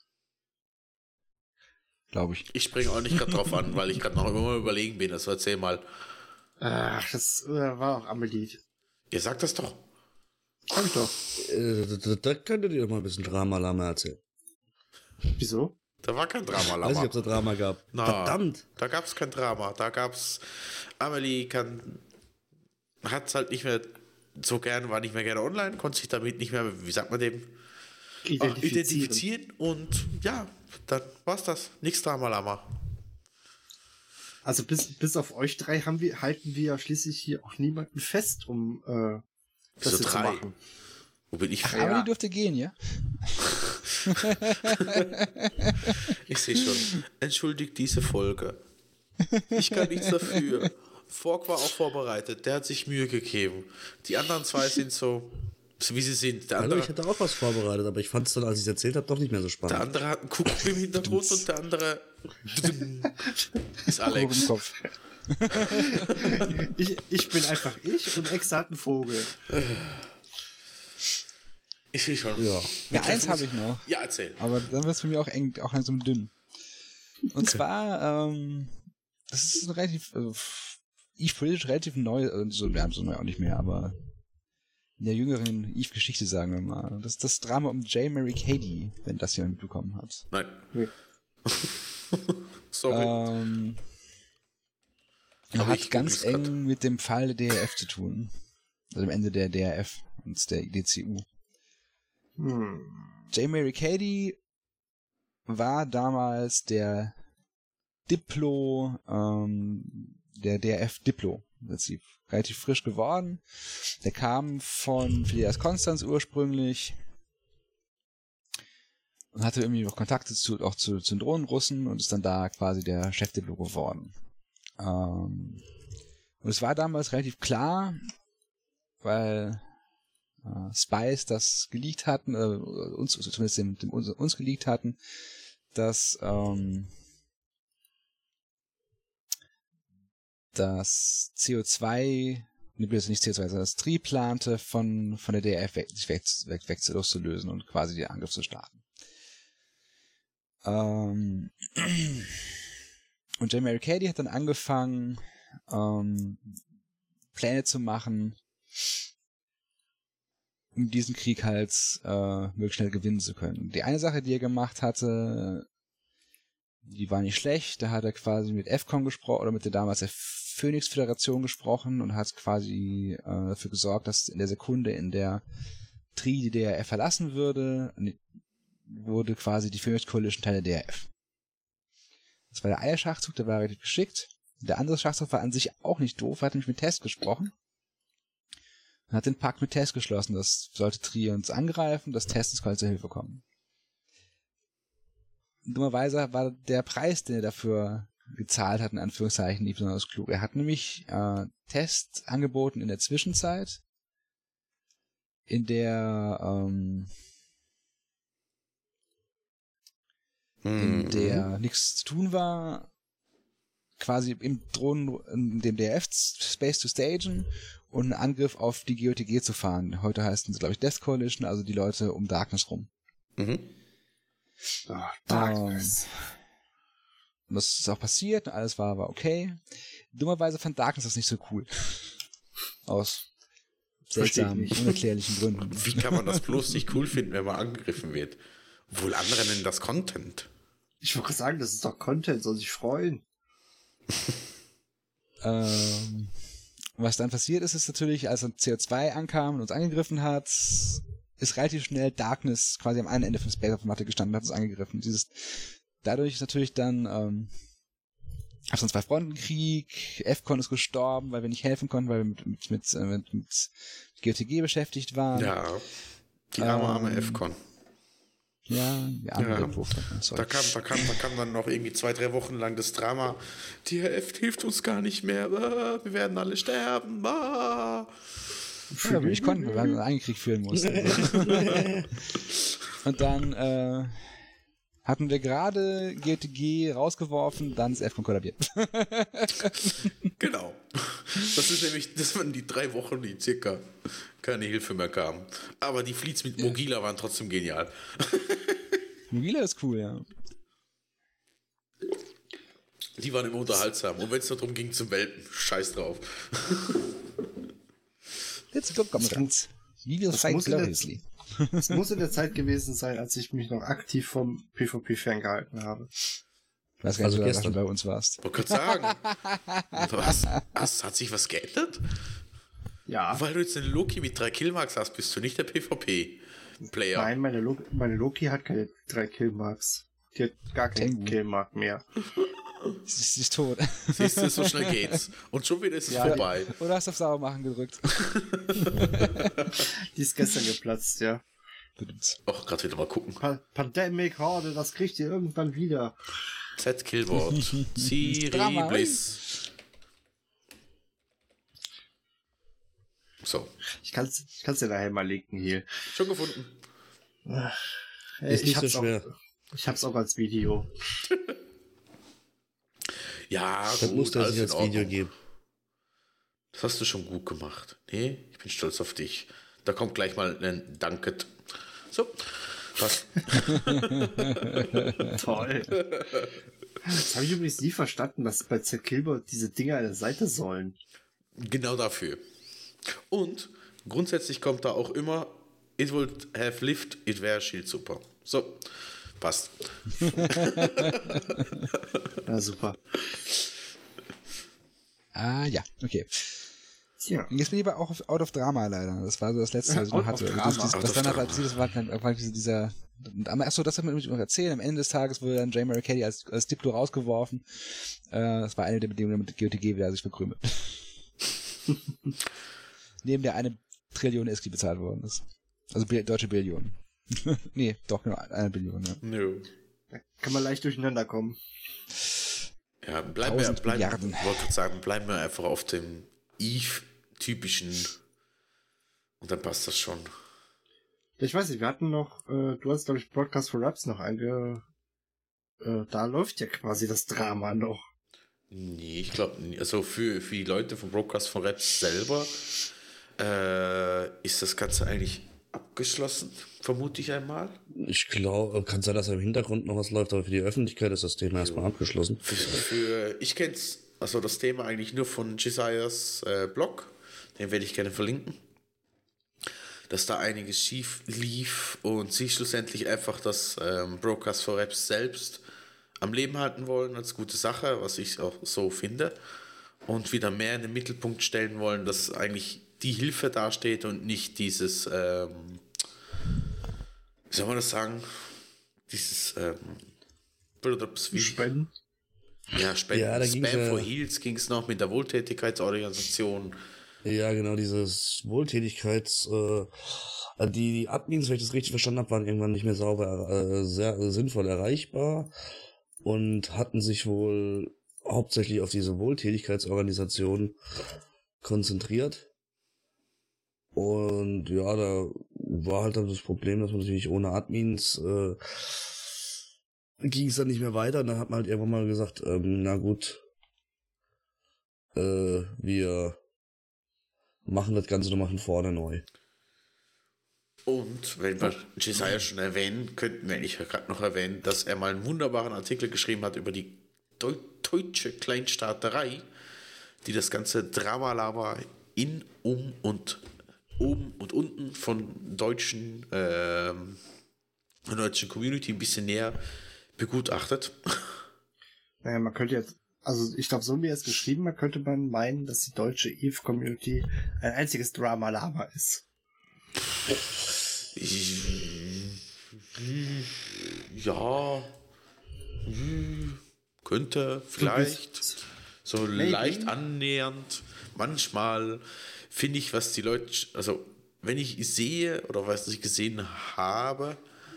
Glaube ich. Ich springe auch nicht gerade drauf an, weil ich gerade noch immer überlegen bin. Also erzähl mal. Ach, das war auch Amelie. Ihr sagt das doch. Sag ich doch. Da könntet ihr doch mal ein bisschen Drama-Lama erzählen. Wieso? Da war kein Drama-Lama. Weiß nicht, ob es da Drama gab. Na, verdammt. Da gab es kein Drama. Da gab es... Amelie hat es halt nicht mehr so gern, war nicht mehr gerne online, konnte sich damit nicht mehr, wie sagt man dem? Identifizieren. Und ja, dann war's das. Nichts Drama-Lama. Also bis auf euch drei halten wir ja schließlich hier auch niemanden fest, um das zu machen. Wo bin ich? Aber die durfte gehen, ja? Ich sehe schon. Entschuldigt diese Folge. Ich kann nichts dafür. Fork war auch vorbereitet. Der hat sich Mühe gegeben. Die anderen zwei sind so wie sie sind. Der andere, ich hätte auch was vorbereitet, aber ich fand es dann, als ich es erzählt habe, doch nicht mehr so spannend. Der andere hat einen Kuckuck im Hintergrund und der andere ist Alex. Im Kopf. ich bin einfach ich und Ex hat einen Vogel. Ich will schon. Ja, eins habe ich noch. Ja, erzähl. Aber dann wird es für mich auch eng, auch langsam dünn. Und zwar, das ist ein relativ, Eve-politisch relativ neu, so neu auch nicht mehr, aber in der jüngeren Eve-Geschichte, sagen wir mal. Das ist das Drama um J. Mary Cady, wenn das jemand mitbekommen hat. Nein. Nee. Sorry. Hat ganz eng mit dem Fall der DRF zu tun. Also dem Ende der DRF und der DCU. J. Mary Cady war damals der Diplo, der DRF-Diplo, im Prinzip. Relativ frisch geworden. Der kam von Phileas Konstanz ursprünglich und hatte irgendwie noch Kontakte zu den Drohnenrussen und ist dann da quasi der Chef-Diplo geworden. Und es war damals relativ klar, weil Spice das geleakt hatten, uns zumindest uns geleakt hatten, dass das CO2, nicht CO2, sondern das Tri plante, von der DRF loszulösen und quasi den Angriff zu starten. Und J. Mary Cady hat dann angefangen, Pläne zu machen, um diesen Krieg halt möglichst schnell gewinnen zu können. Die eine Sache, die er gemacht hatte, die war nicht schlecht. Da hat er quasi mit FCOM gesprochen oder mit der damals der Phoenix-Föderation gesprochen und hat quasi dafür gesorgt, dass in der Sekunde, in der Tri die DRF verlassen würde, wurde quasi die Phoenix Coalition Teil der DRF. Das war der eine Schachzug, der war relativ geschickt. Der andere Schachzug war an sich auch nicht doof, er hat nämlich mit Test gesprochen und hat den Pakt mit Test geschlossen, dass sollte Tri uns angreifen, dass Test uns quasi zur Hilfe kommen. Dummerweise war der Preis, den er dafür gezahlt hat, in Anführungszeichen, nicht besonders klug. Er hat nämlich Test angeboten in der Zwischenzeit, in der nichts zu tun war, quasi im dem DRF-Space zu stagen und einen Angriff auf die GOTG zu fahren. Heute heißen sie, glaube ich, Death Coalition, also die Leute um Darkness rum. Darkness. Und das ist auch passiert, alles war okay. Dummerweise fand Darkness das nicht so cool. Aus seltsamen, unerklärlichen Gründen. Wie kann man das bloß nicht cool finden, wenn man angegriffen wird? Obwohl andere nennen das Content. Ich wollte sagen, das ist doch Content, soll sich freuen. Was dann passiert ist natürlich, als dann CO2 ankam und uns angegriffen hat, ist relativ schnell Darkness quasi am einen Ende von Space auf der Matte gestanden und hat uns angegriffen. Dadurch ist natürlich dann gab es einen Zwei-Fronten-Krieg, FCON ist gestorben, weil wir nicht helfen konnten, weil wir mit GOTG beschäftigt waren. Ja, die arme FCON. Ja, die arme Da kam dann noch irgendwie 2-3 Wochen lang das Drama, die RF hilft uns gar nicht mehr, wir werden alle sterben. Ja, aber ich konnte, weil wir einen eigenen Krieg führen mussten. Und dann hatten wir gerade GOTG rausgeworfen, dann ist FCON kollabiert. Genau. Das waren die 3 Wochen, die circa keine Hilfe mehr kamen. Aber die Fleets mit Mogila waren trotzdem genial. Mogila ist cool, ja. Die waren immer unterhaltsam. Und wenn es nur darum ging zum Welpen, scheiß drauf. Let's go, Comrades. We will fight gloriously. Es muss in der Zeit gewesen sein, als ich mich noch aktiv vom PvP ferngehalten habe. Ich weiß gar nicht, ob du gestern bei uns warst. Ich wollte gerade sagen. Hat sich was geändert? Ja. Weil du jetzt einen Loki mit 3 Killmarks hast, bist du nicht der PvP-Player. Nein, meine Loki hat keine 3 Killmarks. Die hat gar keinen Killmark mehr. Sie ist tot. Siehst du, so schnell geht's. Und schon wieder ist es vorbei. Oder hast du auf Sauermachen gedrückt? Die ist gestern geplatzt, ja. Och, gerade wieder mal gucken. Pandemic Horde, das kriegt ihr irgendwann wieder. Z-Killwort. Siri Bliss. So. Ich kann's dir nachher mal linken hier. Schon gefunden. Ist nicht so schwer. Ich hab's auch als Video. Ja, das muss er sich als Video geben. Das hast du schon gut gemacht. Nee, ich bin stolz auf dich. Da kommt gleich mal ein Danket. So, passt. Toll. Das habe ich übrigens nie verstanden, dass bei Z-Killbot diese Dinger an der Seite sollen. Genau dafür. Und grundsätzlich kommt da auch immer It would have lived, it were Shield Super. So, passt. Ja, super. Ja, okay. Ja. Jetzt bin ich aber auch auf Out of Drama leider. Das war so das Letzte, was ich noch hatte. Was dann aber das war dann dieser. Achso, das hat man noch erzählt. Am Ende des Tages wurde dann J. Mary Kelly als Diplo rausgeworfen. Das war eine der Bedingungen, damit GOTG wieder sich verkrümelt. Neben der 1 Trillion ESC bezahlt worden ist. Also deutsche Billion. Nee, doch, genau, 1 Billion. Ja. No. Da kann man leicht durcheinander kommen. Ja, bleiben wir einfach auf dem Eve-typischen und dann passt das schon. Ich weiß nicht, wir hatten noch, du hast, glaube ich, Broadcast for Raps noch da läuft ja quasi das Drama noch. Nee, ich glaube, also für die Leute von Broadcast for Raps selber ist das Ganze eigentlich abgeschlossen, vermute ich einmal. Ich glaube, kann sein, dass im Hintergrund noch was läuft, aber für die Öffentlichkeit ist das Thema erstmal abgeschlossen. Ich kenne das Thema eigentlich nur von Jesiahs Blog, den werde ich gerne verlinken, dass da einiges schief lief und sie schlussendlich einfach das Broadcast for Raps selbst am Leben halten wollen als gute Sache, was ich auch so finde, und wieder mehr in den Mittelpunkt stellen wollen, dass eigentlich die Hilfe dasteht und nicht dieses, wie soll man das sagen, dieses Spenden? Ja, Spenden. Ja, Spam for Heals ging es noch mit der Wohltätigkeitsorganisation. Ja, genau, dieses die Admins, wenn ich das richtig verstanden habe, waren irgendwann nicht mehr sauber, sehr sinnvoll erreichbar und hatten sich wohl hauptsächlich auf diese Wohltätigkeitsorganisation konzentriert. Und ja, da war halt dann das Problem, dass man natürlich ohne Admins ging es dann nicht mehr weiter. Und dann hat man halt irgendwann mal gesagt, na gut, wir machen das Ganze nochmal von vorne neu. Und wenn wir Jesiah schon erwähnen, könnten wir eigentlich gerade noch erwähnen, dass er mal einen wunderbaren Artikel geschrieben hat über die deutsche Kleinstaaterei, die das ganze Drama-Lama in, um und oben und unten von deutschen Community ein bisschen näher begutachtet. Naja, man könnte jetzt, also ich glaube, so wie er es geschrieben hat, könnte man meinen, dass die deutsche Eve-Community ein einziges Drama-Lama ist. Ja, könnte, vielleicht, so leicht annähernd. Manchmal finde ich, was die Leute, also wenn ich sehe oder was ich gesehen habe,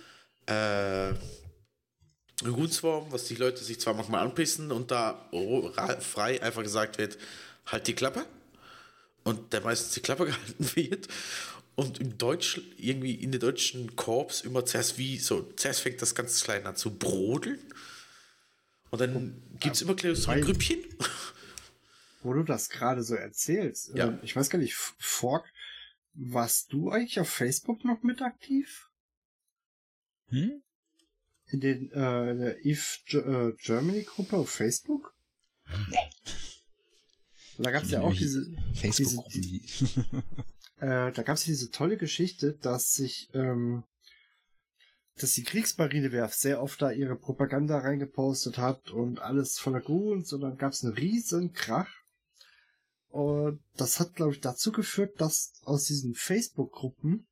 Gutsform, was die Leute sich zwar manchmal anpissen und da frei einfach gesagt wird, halt die Klappe, und der meistens die Klappe gehalten wird. Und im Deutsch, irgendwie in den deutschen Korps immer zuerst fängt das ganz klein an zu brodeln. Und dann gibt es immer so ein Grüppchen. Wo du das gerade so erzählst, ja. Ich weiß gar nicht, Fork, warst du eigentlich auf Facebook noch mit aktiv? In der Eve Germany-Gruppe auf Facebook? Nee. Da gab es ja auch diese Facebook-Gruppen. Da gab es diese tolle Geschichte, dass die Kriegsmarinewerft sehr oft da ihre Propaganda reingepostet hat und alles voller Guns, und dann gab es einen riesen Krach. Und das hat, glaube ich, dazu geführt, dass aus diesen Facebook-Gruppen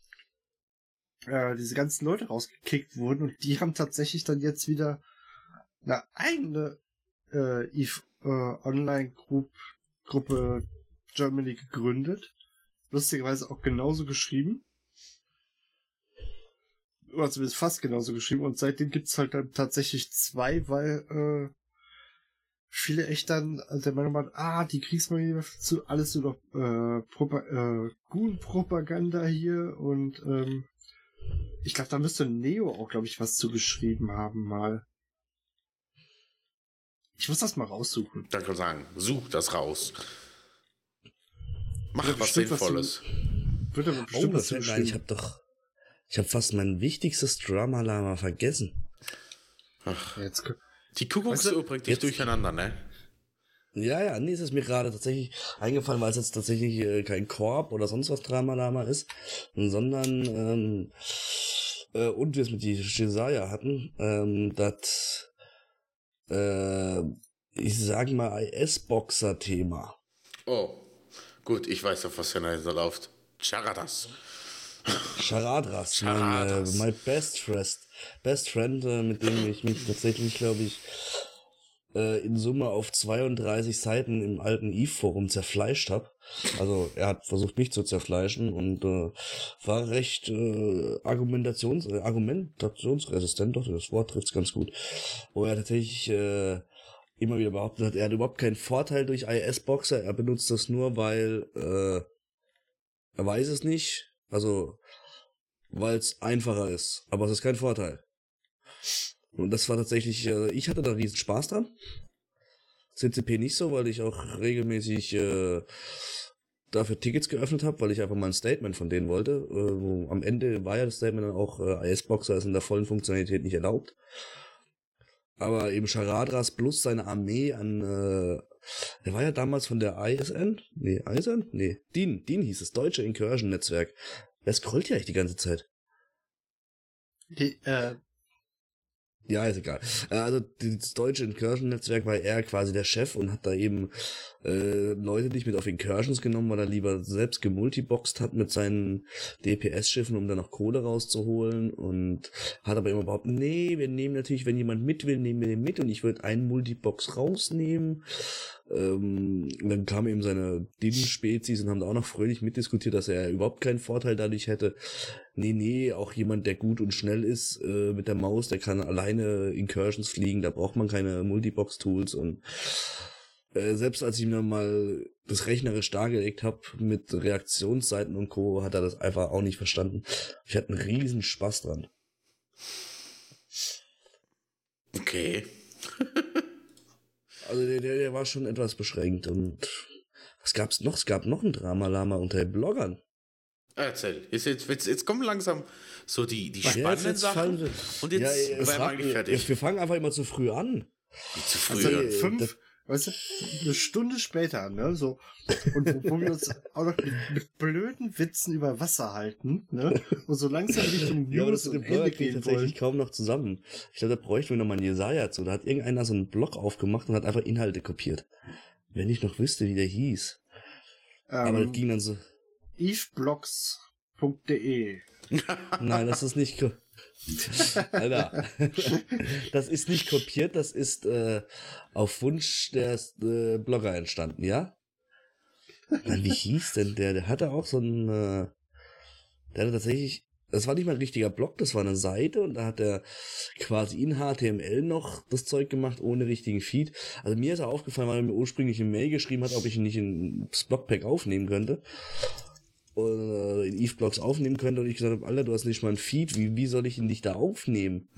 diese ganzen Leute rausgekickt wurden, und die haben tatsächlich dann jetzt wieder eine eigene EVE Online-Gruppe Germany gegründet. Lustigerweise auch genauso geschrieben. Oder zumindest fast genauso geschrieben. Und seitdem gibt's halt dann tatsächlich 2, weil viele echt dann der Meinung waren, die Kriegsmarine zu alles nur noch Gun-Propaganda hier. Und ich glaube, da müsste Neo auch, glaube ich, was zugeschrieben haben mal. Ich muss das mal raussuchen. Dann kann ich sagen, such das raus. Mach was Sinnvolles. Wird aber bestimmt was zugeschrieben. Ich habe fast mein wichtigstes Drama-Lama vergessen. Ach, die Kuckucksuhr bringt dich durcheinander, ne? Ja, nee, es ist mir gerade tatsächlich eingefallen, weil es jetzt tatsächlich kein Korb oder sonst was Drama-Lama ist, sondern und wir es mit die Jesaja hatten, das ich sag mal IS-Boxer-Thema. Oh, gut, ich weiß, auf was er läuft. Charadas, mein Best Friend, mit dem ich mich tatsächlich, glaube ich, in Summe auf 32 Seiten im alten EVE-Forum zerfleischt habe. Also er hat versucht, mich zu zerfleischen und war recht argumentationsresistent, doch, das Wort trifft's ganz gut. Wo er tatsächlich immer wieder behauptet hat, er hat überhaupt keinen Vorteil durch IS-Boxer, er benutzt das nur, weil er weiß es nicht, also weil es einfacher ist, aber es ist kein Vorteil. Und das war tatsächlich, ich hatte da riesen Spaß dran. CCP nicht so, weil ich auch regelmäßig dafür Tickets geöffnet habe, weil ich einfach mal ein Statement von denen wollte. Am Ende war ja das Statement dann auch, IS-Boxer ist in der vollen Funktionalität nicht erlaubt. Aber eben Charadras plus seine Armee an, der war ja damals von der ISN? Nee, ISN? Nee, DIN hieß es, Deutsche Incursion-Netzwerk. Wer scrollt ja echt die ganze Zeit? Ja, ist egal. Also das deutsche Incursion-Netzwerk war er quasi der Chef und hat da eben Leute nicht mit auf Incursions genommen, weil er lieber selbst gemultiboxt hat mit seinen DPS-Schiffen, um da noch Kohle rauszuholen, und hat aber immer behauptet, nee, wir nehmen natürlich, wenn jemand mit will, nehmen wir den mit, und ich würde einen Multibox rausnehmen. Dann kamen eben seine DIN-Spezies und haben da auch noch fröhlich mitdiskutiert, dass er überhaupt keinen Vorteil dadurch hätte. Nee, auch jemand, der gut und schnell ist mit der Maus, der kann alleine Incursions fliegen, da braucht man keine Multibox-Tools. Und selbst als ich mir mal das rechnerisch dargelegt habe mit Reaktionsseiten und Co., hat er das einfach auch nicht verstanden. Ich hatte einen riesen Spaß dran. Okay. Also der war schon etwas beschränkt. Und was gab's noch? Es gab noch ein Drama-Lama unter den Bloggern. Erzähl. Jetzt kommen langsam so die spannenden Sachen. Und jetzt wären wir eigentlich fertig. Wir fangen einfach immer zu früh an. Zu früh. Also weißt du, eine Stunde später, ne, so, und wo wir uns auch noch mit blöden Witzen über Wasser halten, ne, und so langsam Richtung News und Ende gehen tatsächlich wollen. Kaum noch zusammen. Ich glaube, da bräuchten wir nochmal einen Jesaja zu. Da hat irgendeiner so einen Blog aufgemacht und hat einfach Inhalte kopiert. Wenn ich noch wüsste, wie der hieß. Aber das ging dann so. eveblogs.de Nein, das ist nicht Alter, das ist nicht kopiert, das ist auf Wunsch der Blogger entstanden, ja? Mann, wie hieß denn der? Der hatte auch so ein, der hatte tatsächlich, das war nicht mal ein richtiger Blog, das war eine Seite, und da hat er quasi in HTML noch das Zeug gemacht, ohne richtigen Feed. Also mir ist er aufgefallen, weil er mir ursprünglich eine Mail geschrieben hat, ob ich ihn nicht ins Blogpack aufnehmen könnte. Oder in EVE-Blogs aufnehmen könnte, und ich gesagt habe, Alter, du hast nicht mal ein Feed, wie soll ich ihn nicht da aufnehmen?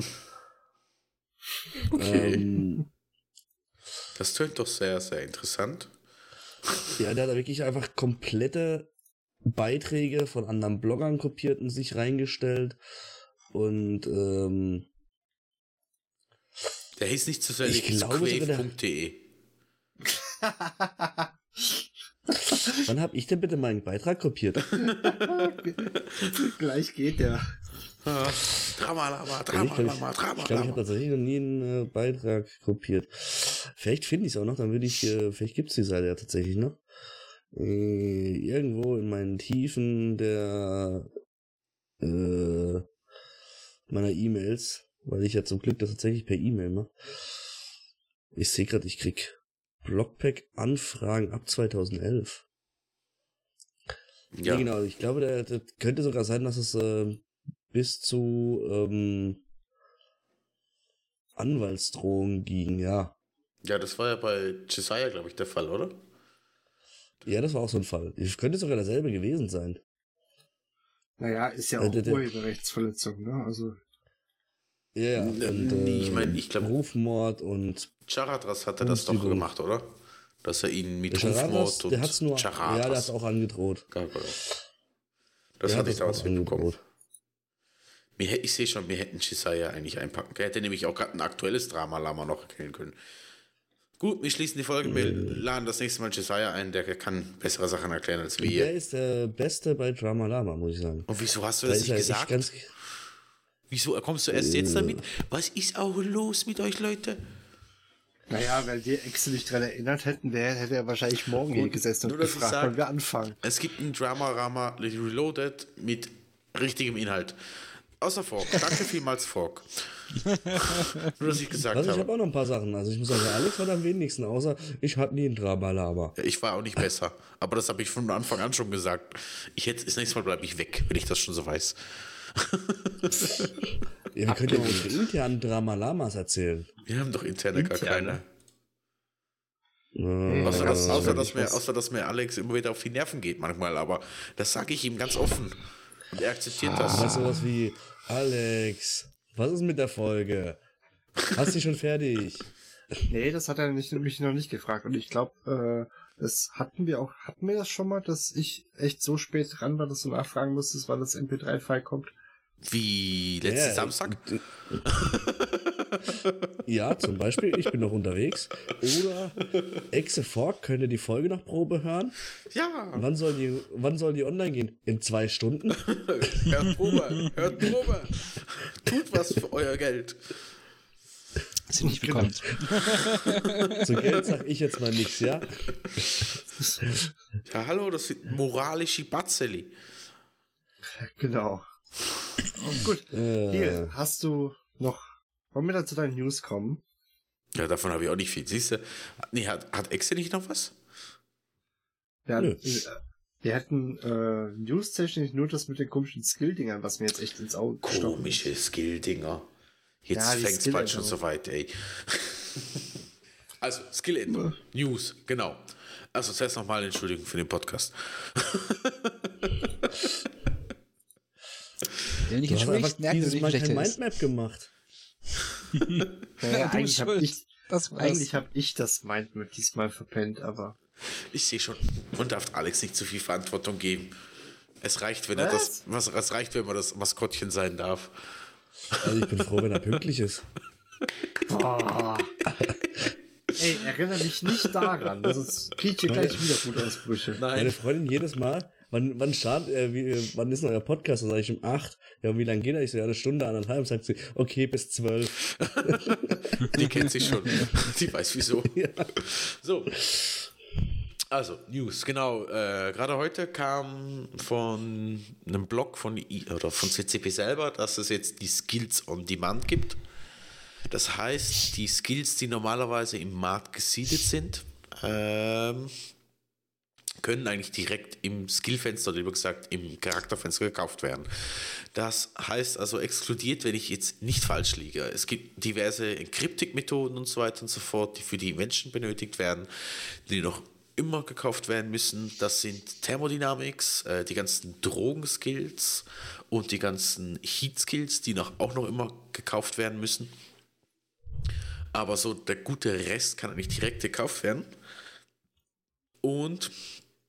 Okay. Das tönt doch sehr, sehr interessant. Ja, der hat da wirklich einfach komplette Beiträge von anderen Bloggern kopiert und sich reingestellt. Und der hieß nicht zufällig quave.de. Wann hab ich denn bitte meinen Beitrag kopiert? Gleich geht der. Drama. Ich glaube, ich habe tatsächlich noch nie einen Beitrag kopiert. Vielleicht finde ich es auch noch, dann würde ich, vielleicht gibt es die Seite ja tatsächlich noch. Irgendwo in meinen Tiefen der meiner E-Mails, weil ich ja zum Glück das tatsächlich per E-Mail mache. Ich sehe gerade, ich krieg Blockpack-Anfragen ab 2011. Ja, genau. Ich glaube, das könnte sogar sein, dass es bis zu Anwaltsdrohungen ging, ja. Ja, das war ja bei Josiah, glaube ich, der Fall, oder? Ja, das war auch so ein Fall. Könnte sogar derselbe gewesen sein. Naja, ist ja auch Urheberrechtsverletzung, ne? Also. Ja, und, ich meine, ich glaube, Rufmord und Charadras hatte das doch gemacht, oder? Dass er ihn mit Rufmord und der hat's nur, Charadras. Ja, der hat's auch angedroht. Das hatte ich damals mitbekommen. Ich sehe schon, wir hätten Josiah eigentlich einpacken können. Er hätte nämlich auch gerade ein aktuelles Drama-Lama noch erkennen können. Gut, wir schließen die Folge. Wir laden das nächste Mal Josiah ein, der kann bessere Sachen erklären als wir. Der ist der Beste bei Drama-Lama, muss ich sagen. Und wieso hast du das nicht gesagt? Wieso kommst du erst jetzt damit? Was ist auch los mit euch, Leute? Naja, weil wir Exe nicht dran erinnert hätten, hätte er wahrscheinlich morgen hier gesessen und gefragt, wann wir anfangen. Es gibt ein Drama-Rama Reloaded mit richtigem Inhalt. Außer Fork. Danke vielmals, Fork. Nur, dass ich gesagt habe. Ich habe auch noch ein paar Sachen. Also ich muss sagen, Alex hat am wenigsten, außer ich hatte nie ein Drama-Lama. Ja, ich war auch nicht besser. Aber das habe ich von Anfang an schon gesagt. Das nächste Mal bleibe ich weg, wenn ich das schon so weiß. Ja, wir können ja unsere internen Drama-Lamas erzählen. Wir haben doch interne gar keine. Außer dass mir Alex immer wieder auf die Nerven geht manchmal. Aber das sage ich ihm ganz offen. Und er akzeptiert das. Was sowas wie, Alex, was ist mit der Folge? Hast du schon fertig? Nee, das hat er mich noch nicht gefragt. Und ich glaube, das hatten wir das schon mal, dass ich echt so spät dran war, dass du nachfragen musstest, wann das MP3-File kommt? Wie letzten Samstag? Ja, zum Beispiel, ich bin noch unterwegs. Oder Exe Fork könnte die Folge noch Probe hören. Ja. Wann soll die online gehen? In 2 Stunden? Hört Probe. Tut was für euer Geld. Sie nicht bekommt. Zu Geld sag ich jetzt mal nichts, ja? Ja, hallo, das sind moralische Batzeli. Genau. Oh, gut. Hier, hast du noch... Wollen wir da zu deinen News kommen? Ja, davon habe ich auch nicht viel. Siehst du? Nee, hat Exe nicht noch was? Ja, wir hätten news-technisch nur das mit den komischen Skill-Dingern, was mir jetzt echt ins Auge gestochen ist. Komische Skill-Dinger. Jetzt fängt es bald schon so weit, ey. Also, Skill-Änderung. News, genau. Also, zuerst nochmal Entschuldigung für den Podcast. Ja, nicht entschuldigt, merkt, dass Mal kein Mindmap gemacht. Naja, eigentlich hab ich das Mindmap diesmal verpennt, aber... Ich sehe schon, man darf Alex nicht zu viel Verantwortung geben. Es reicht, wenn er das Maskottchen sein darf. Also ich bin froh, wenn er pünktlich ist. Boah. Ey, erinnere mich nicht daran, sonst krieg ich hier gleich wieder Wutausbrüche. Meine Freundin jedes Mal, wann ist noch euer Podcast? Dann sage ich um 8. Ja, und wie lange geht er? Ich so, ja, 1 Stunde, 1,5. Sagt sie, okay, bis 12. Die kennt sich schon. Die weiß wieso. Ja. So. Also, News, genau. Gerade heute kam von einem Blog von CCP selber, dass es jetzt die Skills on Demand gibt. Das heißt, die Skills, die normalerweise im Markt gesiedelt sind, können eigentlich direkt im Skillfenster, oder lieber gesagt im Charakterfenster gekauft werden. Das heißt also exkludiert, wenn ich jetzt nicht falsch liege. Es gibt diverse Encryptic-Methoden und so weiter und so fort, die für die Menschen benötigt werden, die noch immer gekauft werden müssen. Das sind Thermodynamics, die ganzen Drogenskills und die ganzen Heat-Skills, die auch noch immer gekauft werden müssen. Aber so der gute Rest kann eigentlich direkt gekauft werden. Und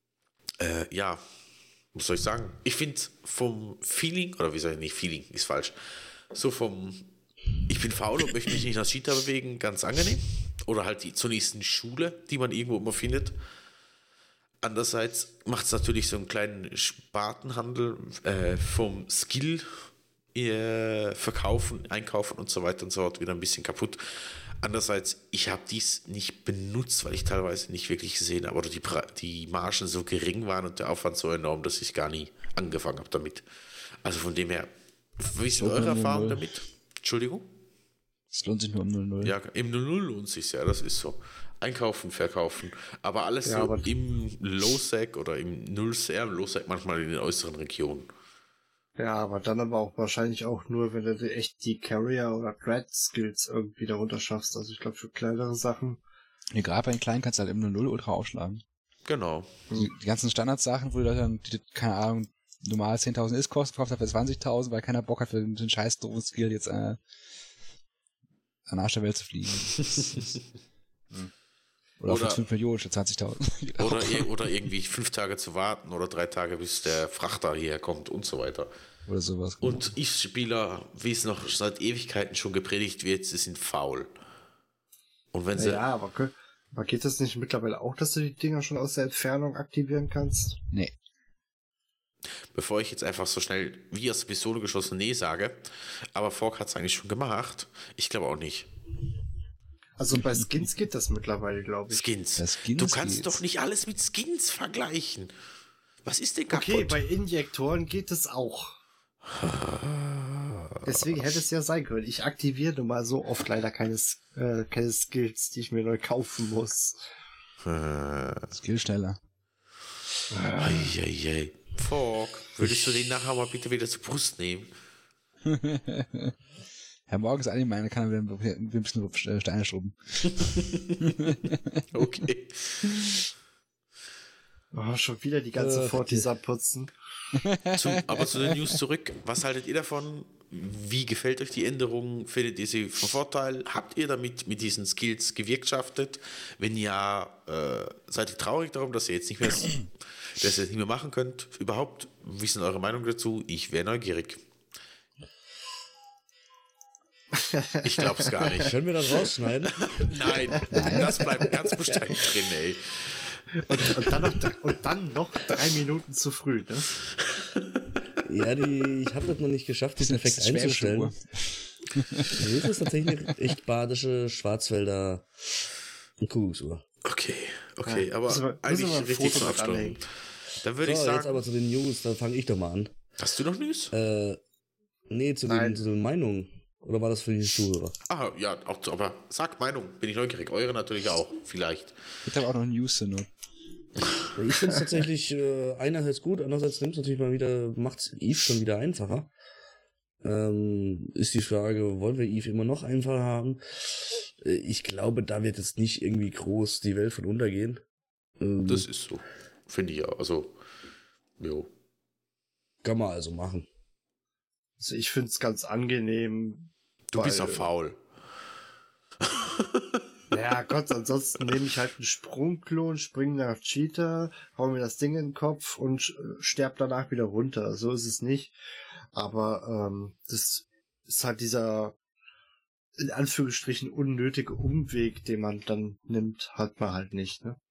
was soll ich sagen? Ich finde vom Feeling, oder wie soll ich nicht, Feeling ist falsch, so ich bin faul und möchte mich nicht nach Cheetah bewegen, ganz angenehm. Oder halt zur nächsten Schule, die man irgendwo immer findet. Andererseits macht es natürlich so einen kleinen Spartenhandel vom Skill verkaufen, einkaufen und so weiter und so fort wieder ein bisschen kaputt. Andererseits, ich habe dies nicht benutzt, weil ich teilweise nicht wirklich gesehen habe oder die Margen so gering waren und der Aufwand so enorm, dass ich gar nie angefangen habe damit. Also von dem her, wie ist eure Erfahrung damit? Entschuldigung? Es lohnt sich nur im 0-0. Ja, im 0-0 lohnt sich ja, das ist so. Einkaufen, verkaufen. Aber alles ja, so im Low-Sec oder im Null-Ser, im Low-Sec manchmal in den äußeren Regionen. Ja, aber dann aber auch wahrscheinlich auch nur, wenn du echt die Carrier- oder Dread-Skills irgendwie darunter schaffst. Also ich glaube, für kleinere Sachen. Ja, gerade bei den kleinen kannst du halt im 0-0 Ultra aufschlagen. Genau. Die ganzen Standardsachen, wo du dann, keine Ahnung, normal 10.000 ist kosten, verkauft für 20.000, weil keiner Bock hat, für den scheiß doofen Skill jetzt an Arsch der Welt zu fliegen. Oder für 5 Millionen statt 20.000. Oder irgendwie 5 Tage zu warten oder 3 Tage, bis der Frachter hierher kommt und so weiter. Oder sowas. Genau. Und Spieler, wie es noch seit Ewigkeiten schon gepredigt wird, sie sind faul. Und wenn sie... Ja, aber geht das nicht mittlerweile auch, dass du die Dinger schon aus der Entfernung aktivieren kannst? Nee. Bevor ich jetzt einfach so schnell wie aus der Pistole geschossen nee sage, aber Fork hat es eigentlich schon gemacht. Ich glaube auch nicht. Also bei Skins geht das mittlerweile, glaube ich. Skins. Du kannst doch nicht alles mit Skins vergleichen. Was ist denn kaputt? Okay, bei Injektoren geht es auch. Deswegen hätte es ja sein können. Ich aktiviere nun mal so oft leider keine Skills, die ich mir neu kaufen muss. Skillsteller. Eieiei. Fork, würdest du den nachher mal bitte wieder zur Brust nehmen? Herr Morgens Anime, kann er wieder ein bisschen Steine schrubben. Okay. Oh, schon wieder die ganze Fortisa putzen. Aber zu den News zurück. Was haltet ihr davon? Wie gefällt euch die Änderung? Findet ihr sie von Vorteil? Habt ihr damit mit diesen Skills gewirtschaftet? Wenn ja, seid ihr traurig darum, dass ihr jetzt nicht mehr machen könnt? Überhaupt, wie ist denn eure Meinung dazu? Ich wäre neugierig. Ich glaube es gar nicht. Können wir das rausschneiden? Nein, das bleibt ganz bestimmt drin, ey. Und dann noch 3 Minuten zu früh, ne? Ja, ich habe das noch nicht geschafft, diesen Effekt einzustellen. Das ist tatsächlich echt badische Schwarzwälder Kuckucksuhr. Okay, ja, aber müssen wir richtig zum Abstimmen. Dann würde ich sagen... Jetzt aber zu den News, dann fange ich doch mal an. Hast du noch News? Nee, zu den Meinungen. Oder war das für die Zuhörer? Ah, ja, auch, aber sag Meinung, bin ich neugierig. Eure natürlich auch, vielleicht. Ich habe auch noch News zu Not. Ich finde es tatsächlich einerseits gut, andererseits nimmt es natürlich mal wieder, macht es Eve schon wieder einfacher. Ist die Frage, wollen wir Eve immer noch einfacher haben? Ich glaube, da wird jetzt nicht irgendwie groß die Welt von untergehen. Das ist so, finde ich ja. Also, jo. Kann man also machen. Also ich finde es ganz angenehm. Du bist auch faul. Ja Gott, ansonsten nehme ich halt einen Sprungklon, springe nach Cheetah, hau mir das Ding in den Kopf und sterb danach wieder runter. So ist es nicht. Aber das ist halt dieser in Anführungsstrichen unnötige Umweg, den man dann nimmt, hat man halt nicht, ne?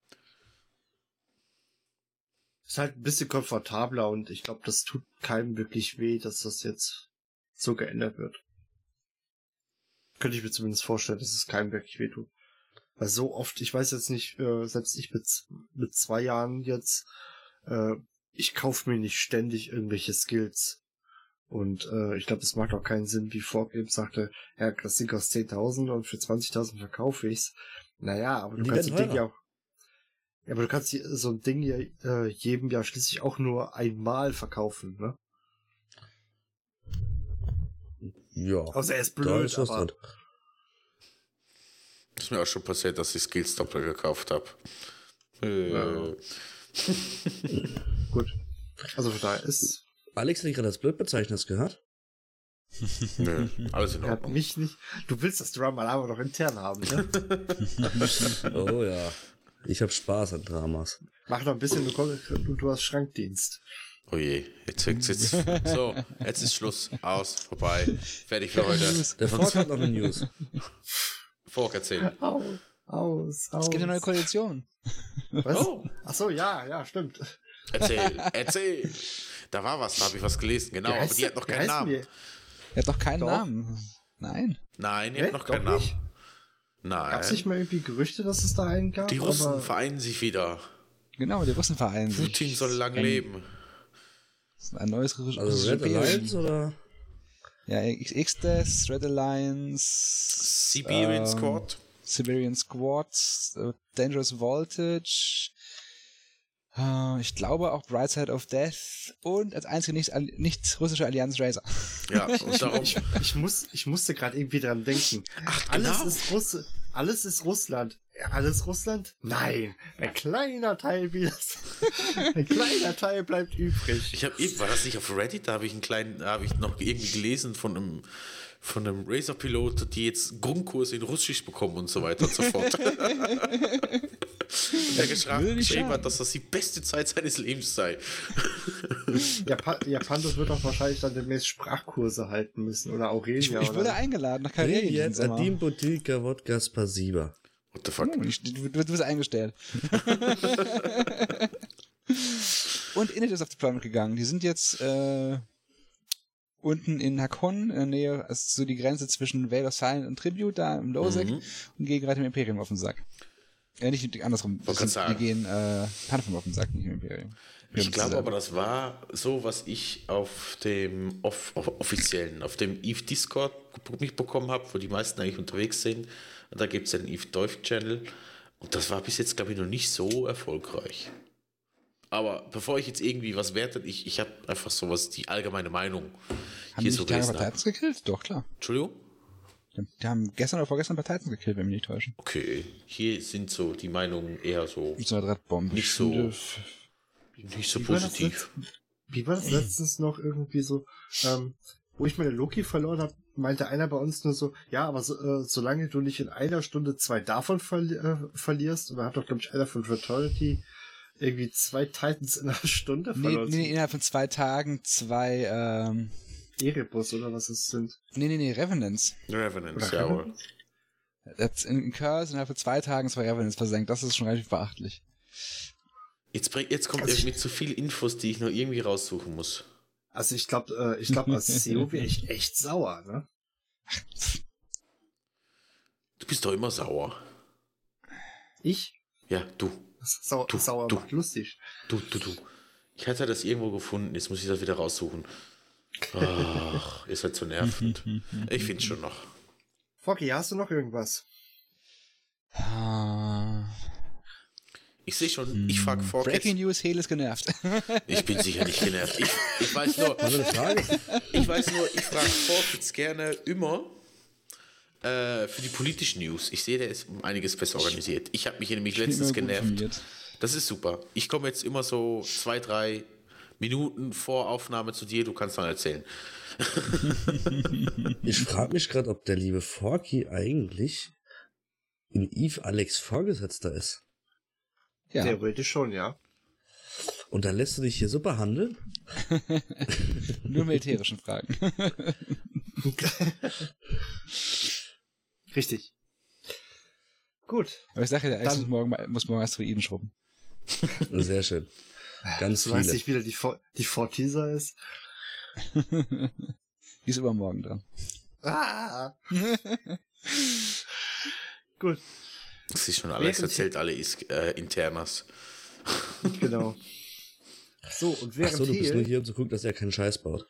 Ist halt ein bisschen komfortabler und ich glaube, das tut keinem wirklich weh, dass das jetzt so geändert wird. Könnte ich mir zumindest vorstellen, dass es keinem wirklich weh tut. Weil so oft, ich weiß jetzt nicht, selbst ich mit 2 Jahren jetzt, ich kaufe mir nicht ständig irgendwelche Skills. Und ich glaube, es macht auch keinen Sinn, wie Fork eben sagte, ja, das Ding kostet 10.000 und für 20.000 verkaufe ich's. Naja, aber du kannst das Ding ja auch... Ja, aber du kannst so ein Ding ja jedem Jahr schließlich auch nur einmal verkaufen, ne? Ja. Außer er ist blöd, aber... Das ist mir auch schon passiert, dass ich Skills doppelt gekauft habe. Ja. Gut. Also von daher ist... Alex, hat dich gerade als blöd bezeichnet, hast du gehört? Nö, alles in Er hat Ordnung. mich nicht... Du willst das Drama aber noch intern haben, ne? Oh ja. Ich habe Spaß an Dramas. Mach noch ein bisschen, du hast Schrankdienst. Oh je, jetzt so, jetzt ist Schluss, aus, vorbei, fertig für heute. Der Fork hat noch eine News. Fork, erzähl. Aus. Es gibt eine neue Koalition. Was? Oh. Ach so, ja, stimmt. Erzähl. Da war was, da habe ich was gelesen, genau, aber die hat noch keinen Namen. Er hat noch keinen Namen. Nein, die hat noch keinen Namen. Nein. Gab es nicht mal irgendwie Gerüchte, dass es da einen gab? Die Russen vereinen sich wieder. Genau, die Russen vereinen sich. Putin soll lang leben. Das ist ein neues Also Red Alliance oder? Ja, X-Death, Red Alliance, Siberian Squad, Dangerous Voltage, ich glaube auch Bright Side of Death und als einzige nicht russische Allianz Razer. Ja, und darum. Ich musste gerade irgendwie dran denken. Ach, alles genau. ist alles ist Russland. Ja, alles Russland? Nein, ein kleiner Teil ein kleiner Teil bleibt übrig. War das nicht auf Reddit? Da habe ich noch irgendwie gelesen von einem Razer-Pilot, die jetzt Grundkurse in Russisch bekommen und so weiter und so fort. Der geschrieben hat, dass das die beste Zeit seines Lebens sei. Pandos wird doch wahrscheinlich dann demnächst Sprachkurse halten müssen oder Aurelia. Ich wurde eingeladen nach Karriere. Jetzt Adim Botilka Wodka Spasiba. What the fuck? Du bist eingestellt. Und Init ist auf Deployment gegangen. Die sind jetzt unten in Hakon, in der Nähe, also so die Grenze zwischen Veil of Silent und Tribute, da im Lowsec, und gehen gerade dem Imperium auf den Sack. Nicht andersrum. Die gehen Panfam auf den Sack, nicht im Imperium. Ich glaube aber, das war so, was ich auf dem offiziellen, auf dem EVE Discord mitbekommen habe, wo die meisten eigentlich unterwegs sind. Und da gibt es den EVE Dev Channel. Und das war bis jetzt, glaube ich, noch nicht so erfolgreich. Aber bevor ich jetzt irgendwie was werte, ich habe einfach sowas, die allgemeine Meinung. Haben die nicht Titans gekillt? Doch, klar. Entschuldigung? Die haben gestern oder vorgestern bei Titans gekillt, wenn mich nicht täuschen. Okay, hier sind so die Meinungen eher so nicht so positiv. Wie war das letztens noch irgendwie so, wo ich meine Loki verloren habe, meinte einer bei uns nur so, ja, aber solange du nicht in einer Stunde 2 davon verlierst, und da hat doch, glaube ich, einer von Fraternity irgendwie 2 Titans in einer Stunde verloren. Nee, innerhalb von 2 Tagen 2, Erebus oder was es sind. Nee, Revenants. Revenants, jawohl. In Curse innerhalb von 2 Tagen 2 Revenants versenkt, das ist schon relativ beachtlich. Jetzt kommt irgendwie zu viel Infos, die ich noch irgendwie raussuchen muss. Also ich glaube, als CEO wäre ich echt sauer, ne? Du bist doch immer sauer. Ich? Ja, du. Sauer macht lustig. Du. Ich hatte das irgendwo gefunden, jetzt muss ich das wieder raussuchen. Ach, ihr seid so nervend. Ich find's schon noch. Foggy, hast du noch irgendwas? Ich sehe schon, ich frage vor. Breaking News, Hel ist genervt. Ich bin sicher nicht genervt. Ich weiß nur, ich frage Vorkids gerne immer für die politischen News. Ich sehe, der ist um einiges besser organisiert. Ich habe mich nämlich letztens genervt. Das ist super. Ich komme jetzt immer so 2-3 Minuten vor Aufnahme zu dir, du kannst dann erzählen. Ich frage mich gerade, ob der liebe Forky eigentlich in Eve Alex Vorgesetzter ist. Ja. Theoretisch schon, ja. Und dann lässt du dich hier so behandeln? Nur militärischen Fragen. Richtig. Gut. Aber ich sage ja, der Alex muss morgen Asteroiden schrubben. Sehr schön. Ganz viele. Weiß nicht, wieder die Fortisa ist. Die ist übermorgen dran. Gut. Das ist schon alles erzählt, alle Internas. Genau. So, und während du bist nur hier, um zu gucken, dass er keinen Scheiß baut.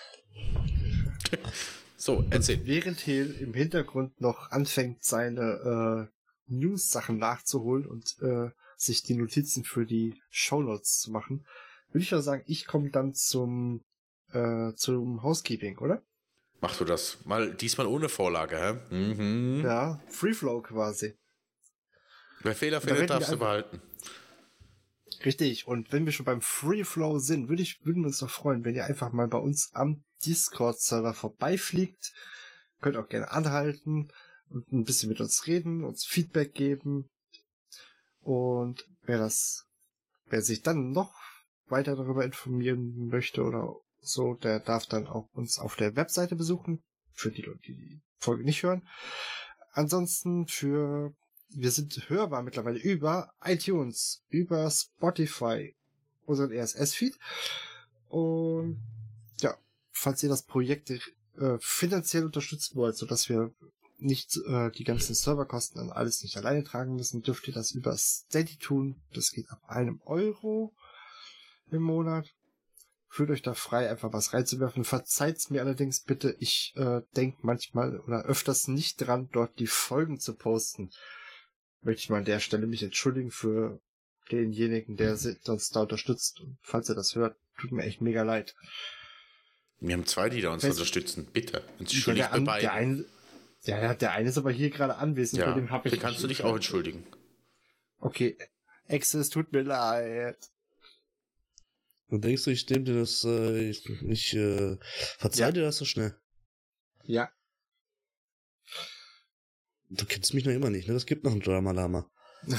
So, erzähl. Während Hel im Hintergrund noch anfängt, seine News-Sachen nachzuholen und sich die Notizen für die Shownotes zu machen, würde ich mal sagen, ich komme dann zum Housekeeping, oder? Mach du das. Diesmal ohne Vorlage, hä? Mhm. Ja, Free Flow quasi. Wer Fehler findet, darfst du behalten. Richtig, und wenn wir schon beim Free Flow sind, würden wir uns doch freuen, wenn ihr einfach mal bei uns am Discord-Server vorbeifliegt. Könnt auch gerne anhalten und ein bisschen mit uns reden, uns Feedback geben. Und wer sich dann noch weiter darüber informieren möchte oder so, der darf dann auch uns auf der Webseite besuchen. Für die Leute, die die Folge nicht hören. Ansonsten wir sind hörbar mittlerweile über iTunes, über Spotify, unseren RSS-Feed. Und ja, falls ihr das Projekt finanziell unterstützen wollt, sodass wir nicht die ganzen Serverkosten an alles nicht alleine tragen müssen, dürft ihr das über Steady tun. Das geht ab 1 € im Monat. Fühlt euch da frei, einfach was reinzuwerfen. Verzeiht's mir allerdings bitte, ich denke manchmal oder öfters nicht dran, dort die Folgen zu posten. Möchte ich mal an der Stelle mich entschuldigen für denjenigen, der uns da unterstützt. Und falls ihr das hört, tut mir echt mega leid. Wir haben 2, die da uns unterstützen. Bitte, entschuldigt bei beiden. Der eine ist aber hier gerade anwesend. Ja, bei dem den kannst du dich auch entschuldigen. Okay, Exes, tut mir leid. Und denkst du, ich nehme dir das, ich verzeih dir das so schnell? Ja. Du kennst mich noch immer nicht, ne? Das gibt noch ein Drama-Lama.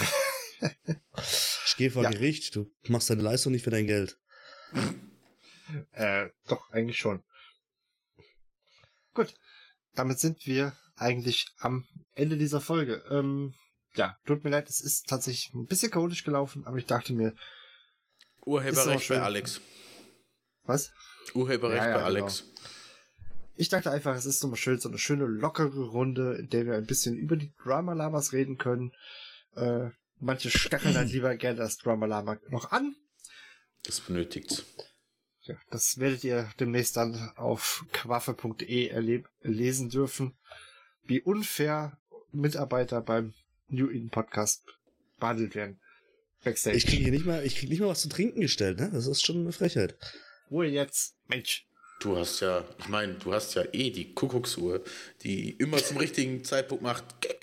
Ich gehe vor Gericht, du machst deine Leistung nicht für dein Geld. Doch, eigentlich schon. Gut, damit sind wir eigentlich am Ende dieser Folge. Tut mir leid, es ist tatsächlich ein bisschen chaotisch gelaufen, aber ich dachte mir... Urheberrecht bei Alex. Was? Urheberrecht bei Alex. Genau. Ich dachte einfach, es ist so eine schöne, lockere Runde, in der wir ein bisschen über die Drama-Lamas reden können. Manche stacheln dann lieber gerne das Drama-Lama noch an. Das benötigt. Ja, das werdet ihr demnächst dann auf quaffe.de lesen dürfen, wie unfair Mitarbeiter beim New Eden Podcast behandelt werden. Backstage. Ich krieg nicht mal was zu trinken gestellt, ne? Das ist schon eine Frechheit. Ruhe jetzt, Mensch. Du hast ja die Kuckucksuhr, die immer zum richtigen Zeitpunkt macht.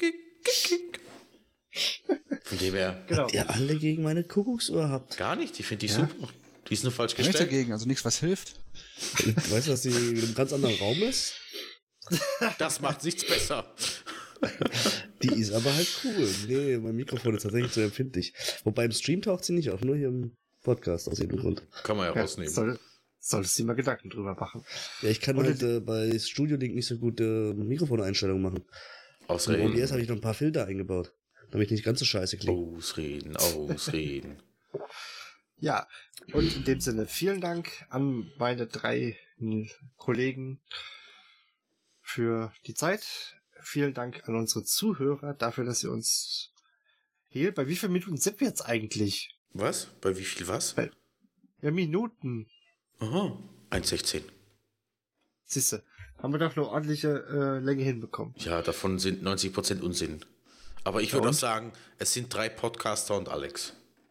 Von dem her. Genau. Habt ihr alle gegen meine Kuckucksuhr habt? Gar nicht, ich finde die super. Die ist nur falsch gestellt. Nichts dagegen, also nichts, was hilft. Weißt du, dass die in einem ganz anderen Raum ist? Das macht nichts besser. Die ist aber halt cool. Nee, mein Mikrofon ist tatsächlich zu empfindlich. Wobei im Stream taucht sie nicht auf, nur hier im Podcast aus irgendeinem Grund. Kann man ja rausnehmen. Solltest du dir mal Gedanken drüber machen. Ja, ich kann halt bei Studio Link nicht so gut Mikrofoneinstellungen machen. Ausreden. Und jetzt habe ich noch ein paar Filter eingebaut, damit ich nicht ganz so scheiße klinge. Ausreden. Ja, und in dem Sinne vielen Dank an meine 3 Kollegen für die Zeit. Vielen Dank an unsere Zuhörer dafür, dass ihr uns hier... Bei wie vielen Minuten sind wir jetzt eigentlich? Was? Bei wie viel was? Ja, Minuten. Aha, 1,16. Siehste, haben wir doch eine ordentliche Länge hinbekommen. Ja, davon sind 90% Unsinn. Aber ich würde auch sagen, es sind 3 Podcaster und Alex.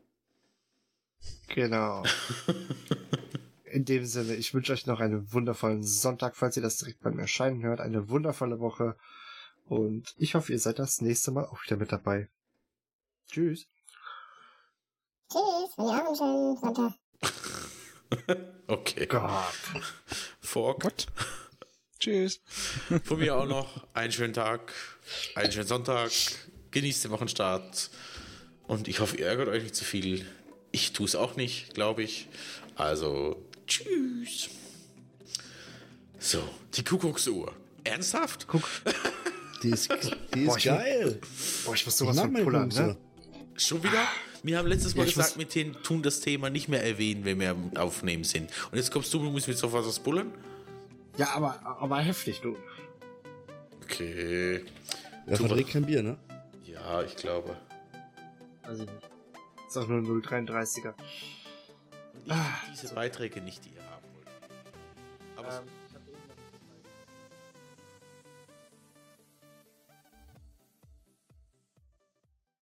Genau. In dem Sinne, ich wünsche euch noch einen wundervollen Sonntag, falls ihr das direkt beim Erscheinen hört. Eine wundervolle Woche. Und ich hoffe, ihr seid das nächste Mal auch wieder mit dabei. Tschüss. Tschüss, wir haben einen schönen Sonntag. Okay. Gott. Gott. Tschüss. Von mir auch noch einen schönen Tag, einen schönen Sonntag. Genießt den Wochenstart. Und ich hoffe, ihr ärgert euch nicht zu viel. Ich tue es auch nicht, glaube ich. Also, tschüss. So, die Kuckucksuhr. Ernsthaft? Guck. Die ist geil. Boah, ich muss sowas von pullern, ne? Schon wieder? Wir haben letztes Mal gesagt, wir tun das Thema nicht mehr erwähnen, wenn wir am Aufnehmen sind. Und jetzt kommst du musst mit sofort was pullern? Ja, aber heftig, du. Okay. Ja, verträgt kein Bier, ne? Ja, ich glaube. Weiß ich nicht. Ist auch nur 0,33er. Diese Beiträge nicht, die ihr haben wollt. Aber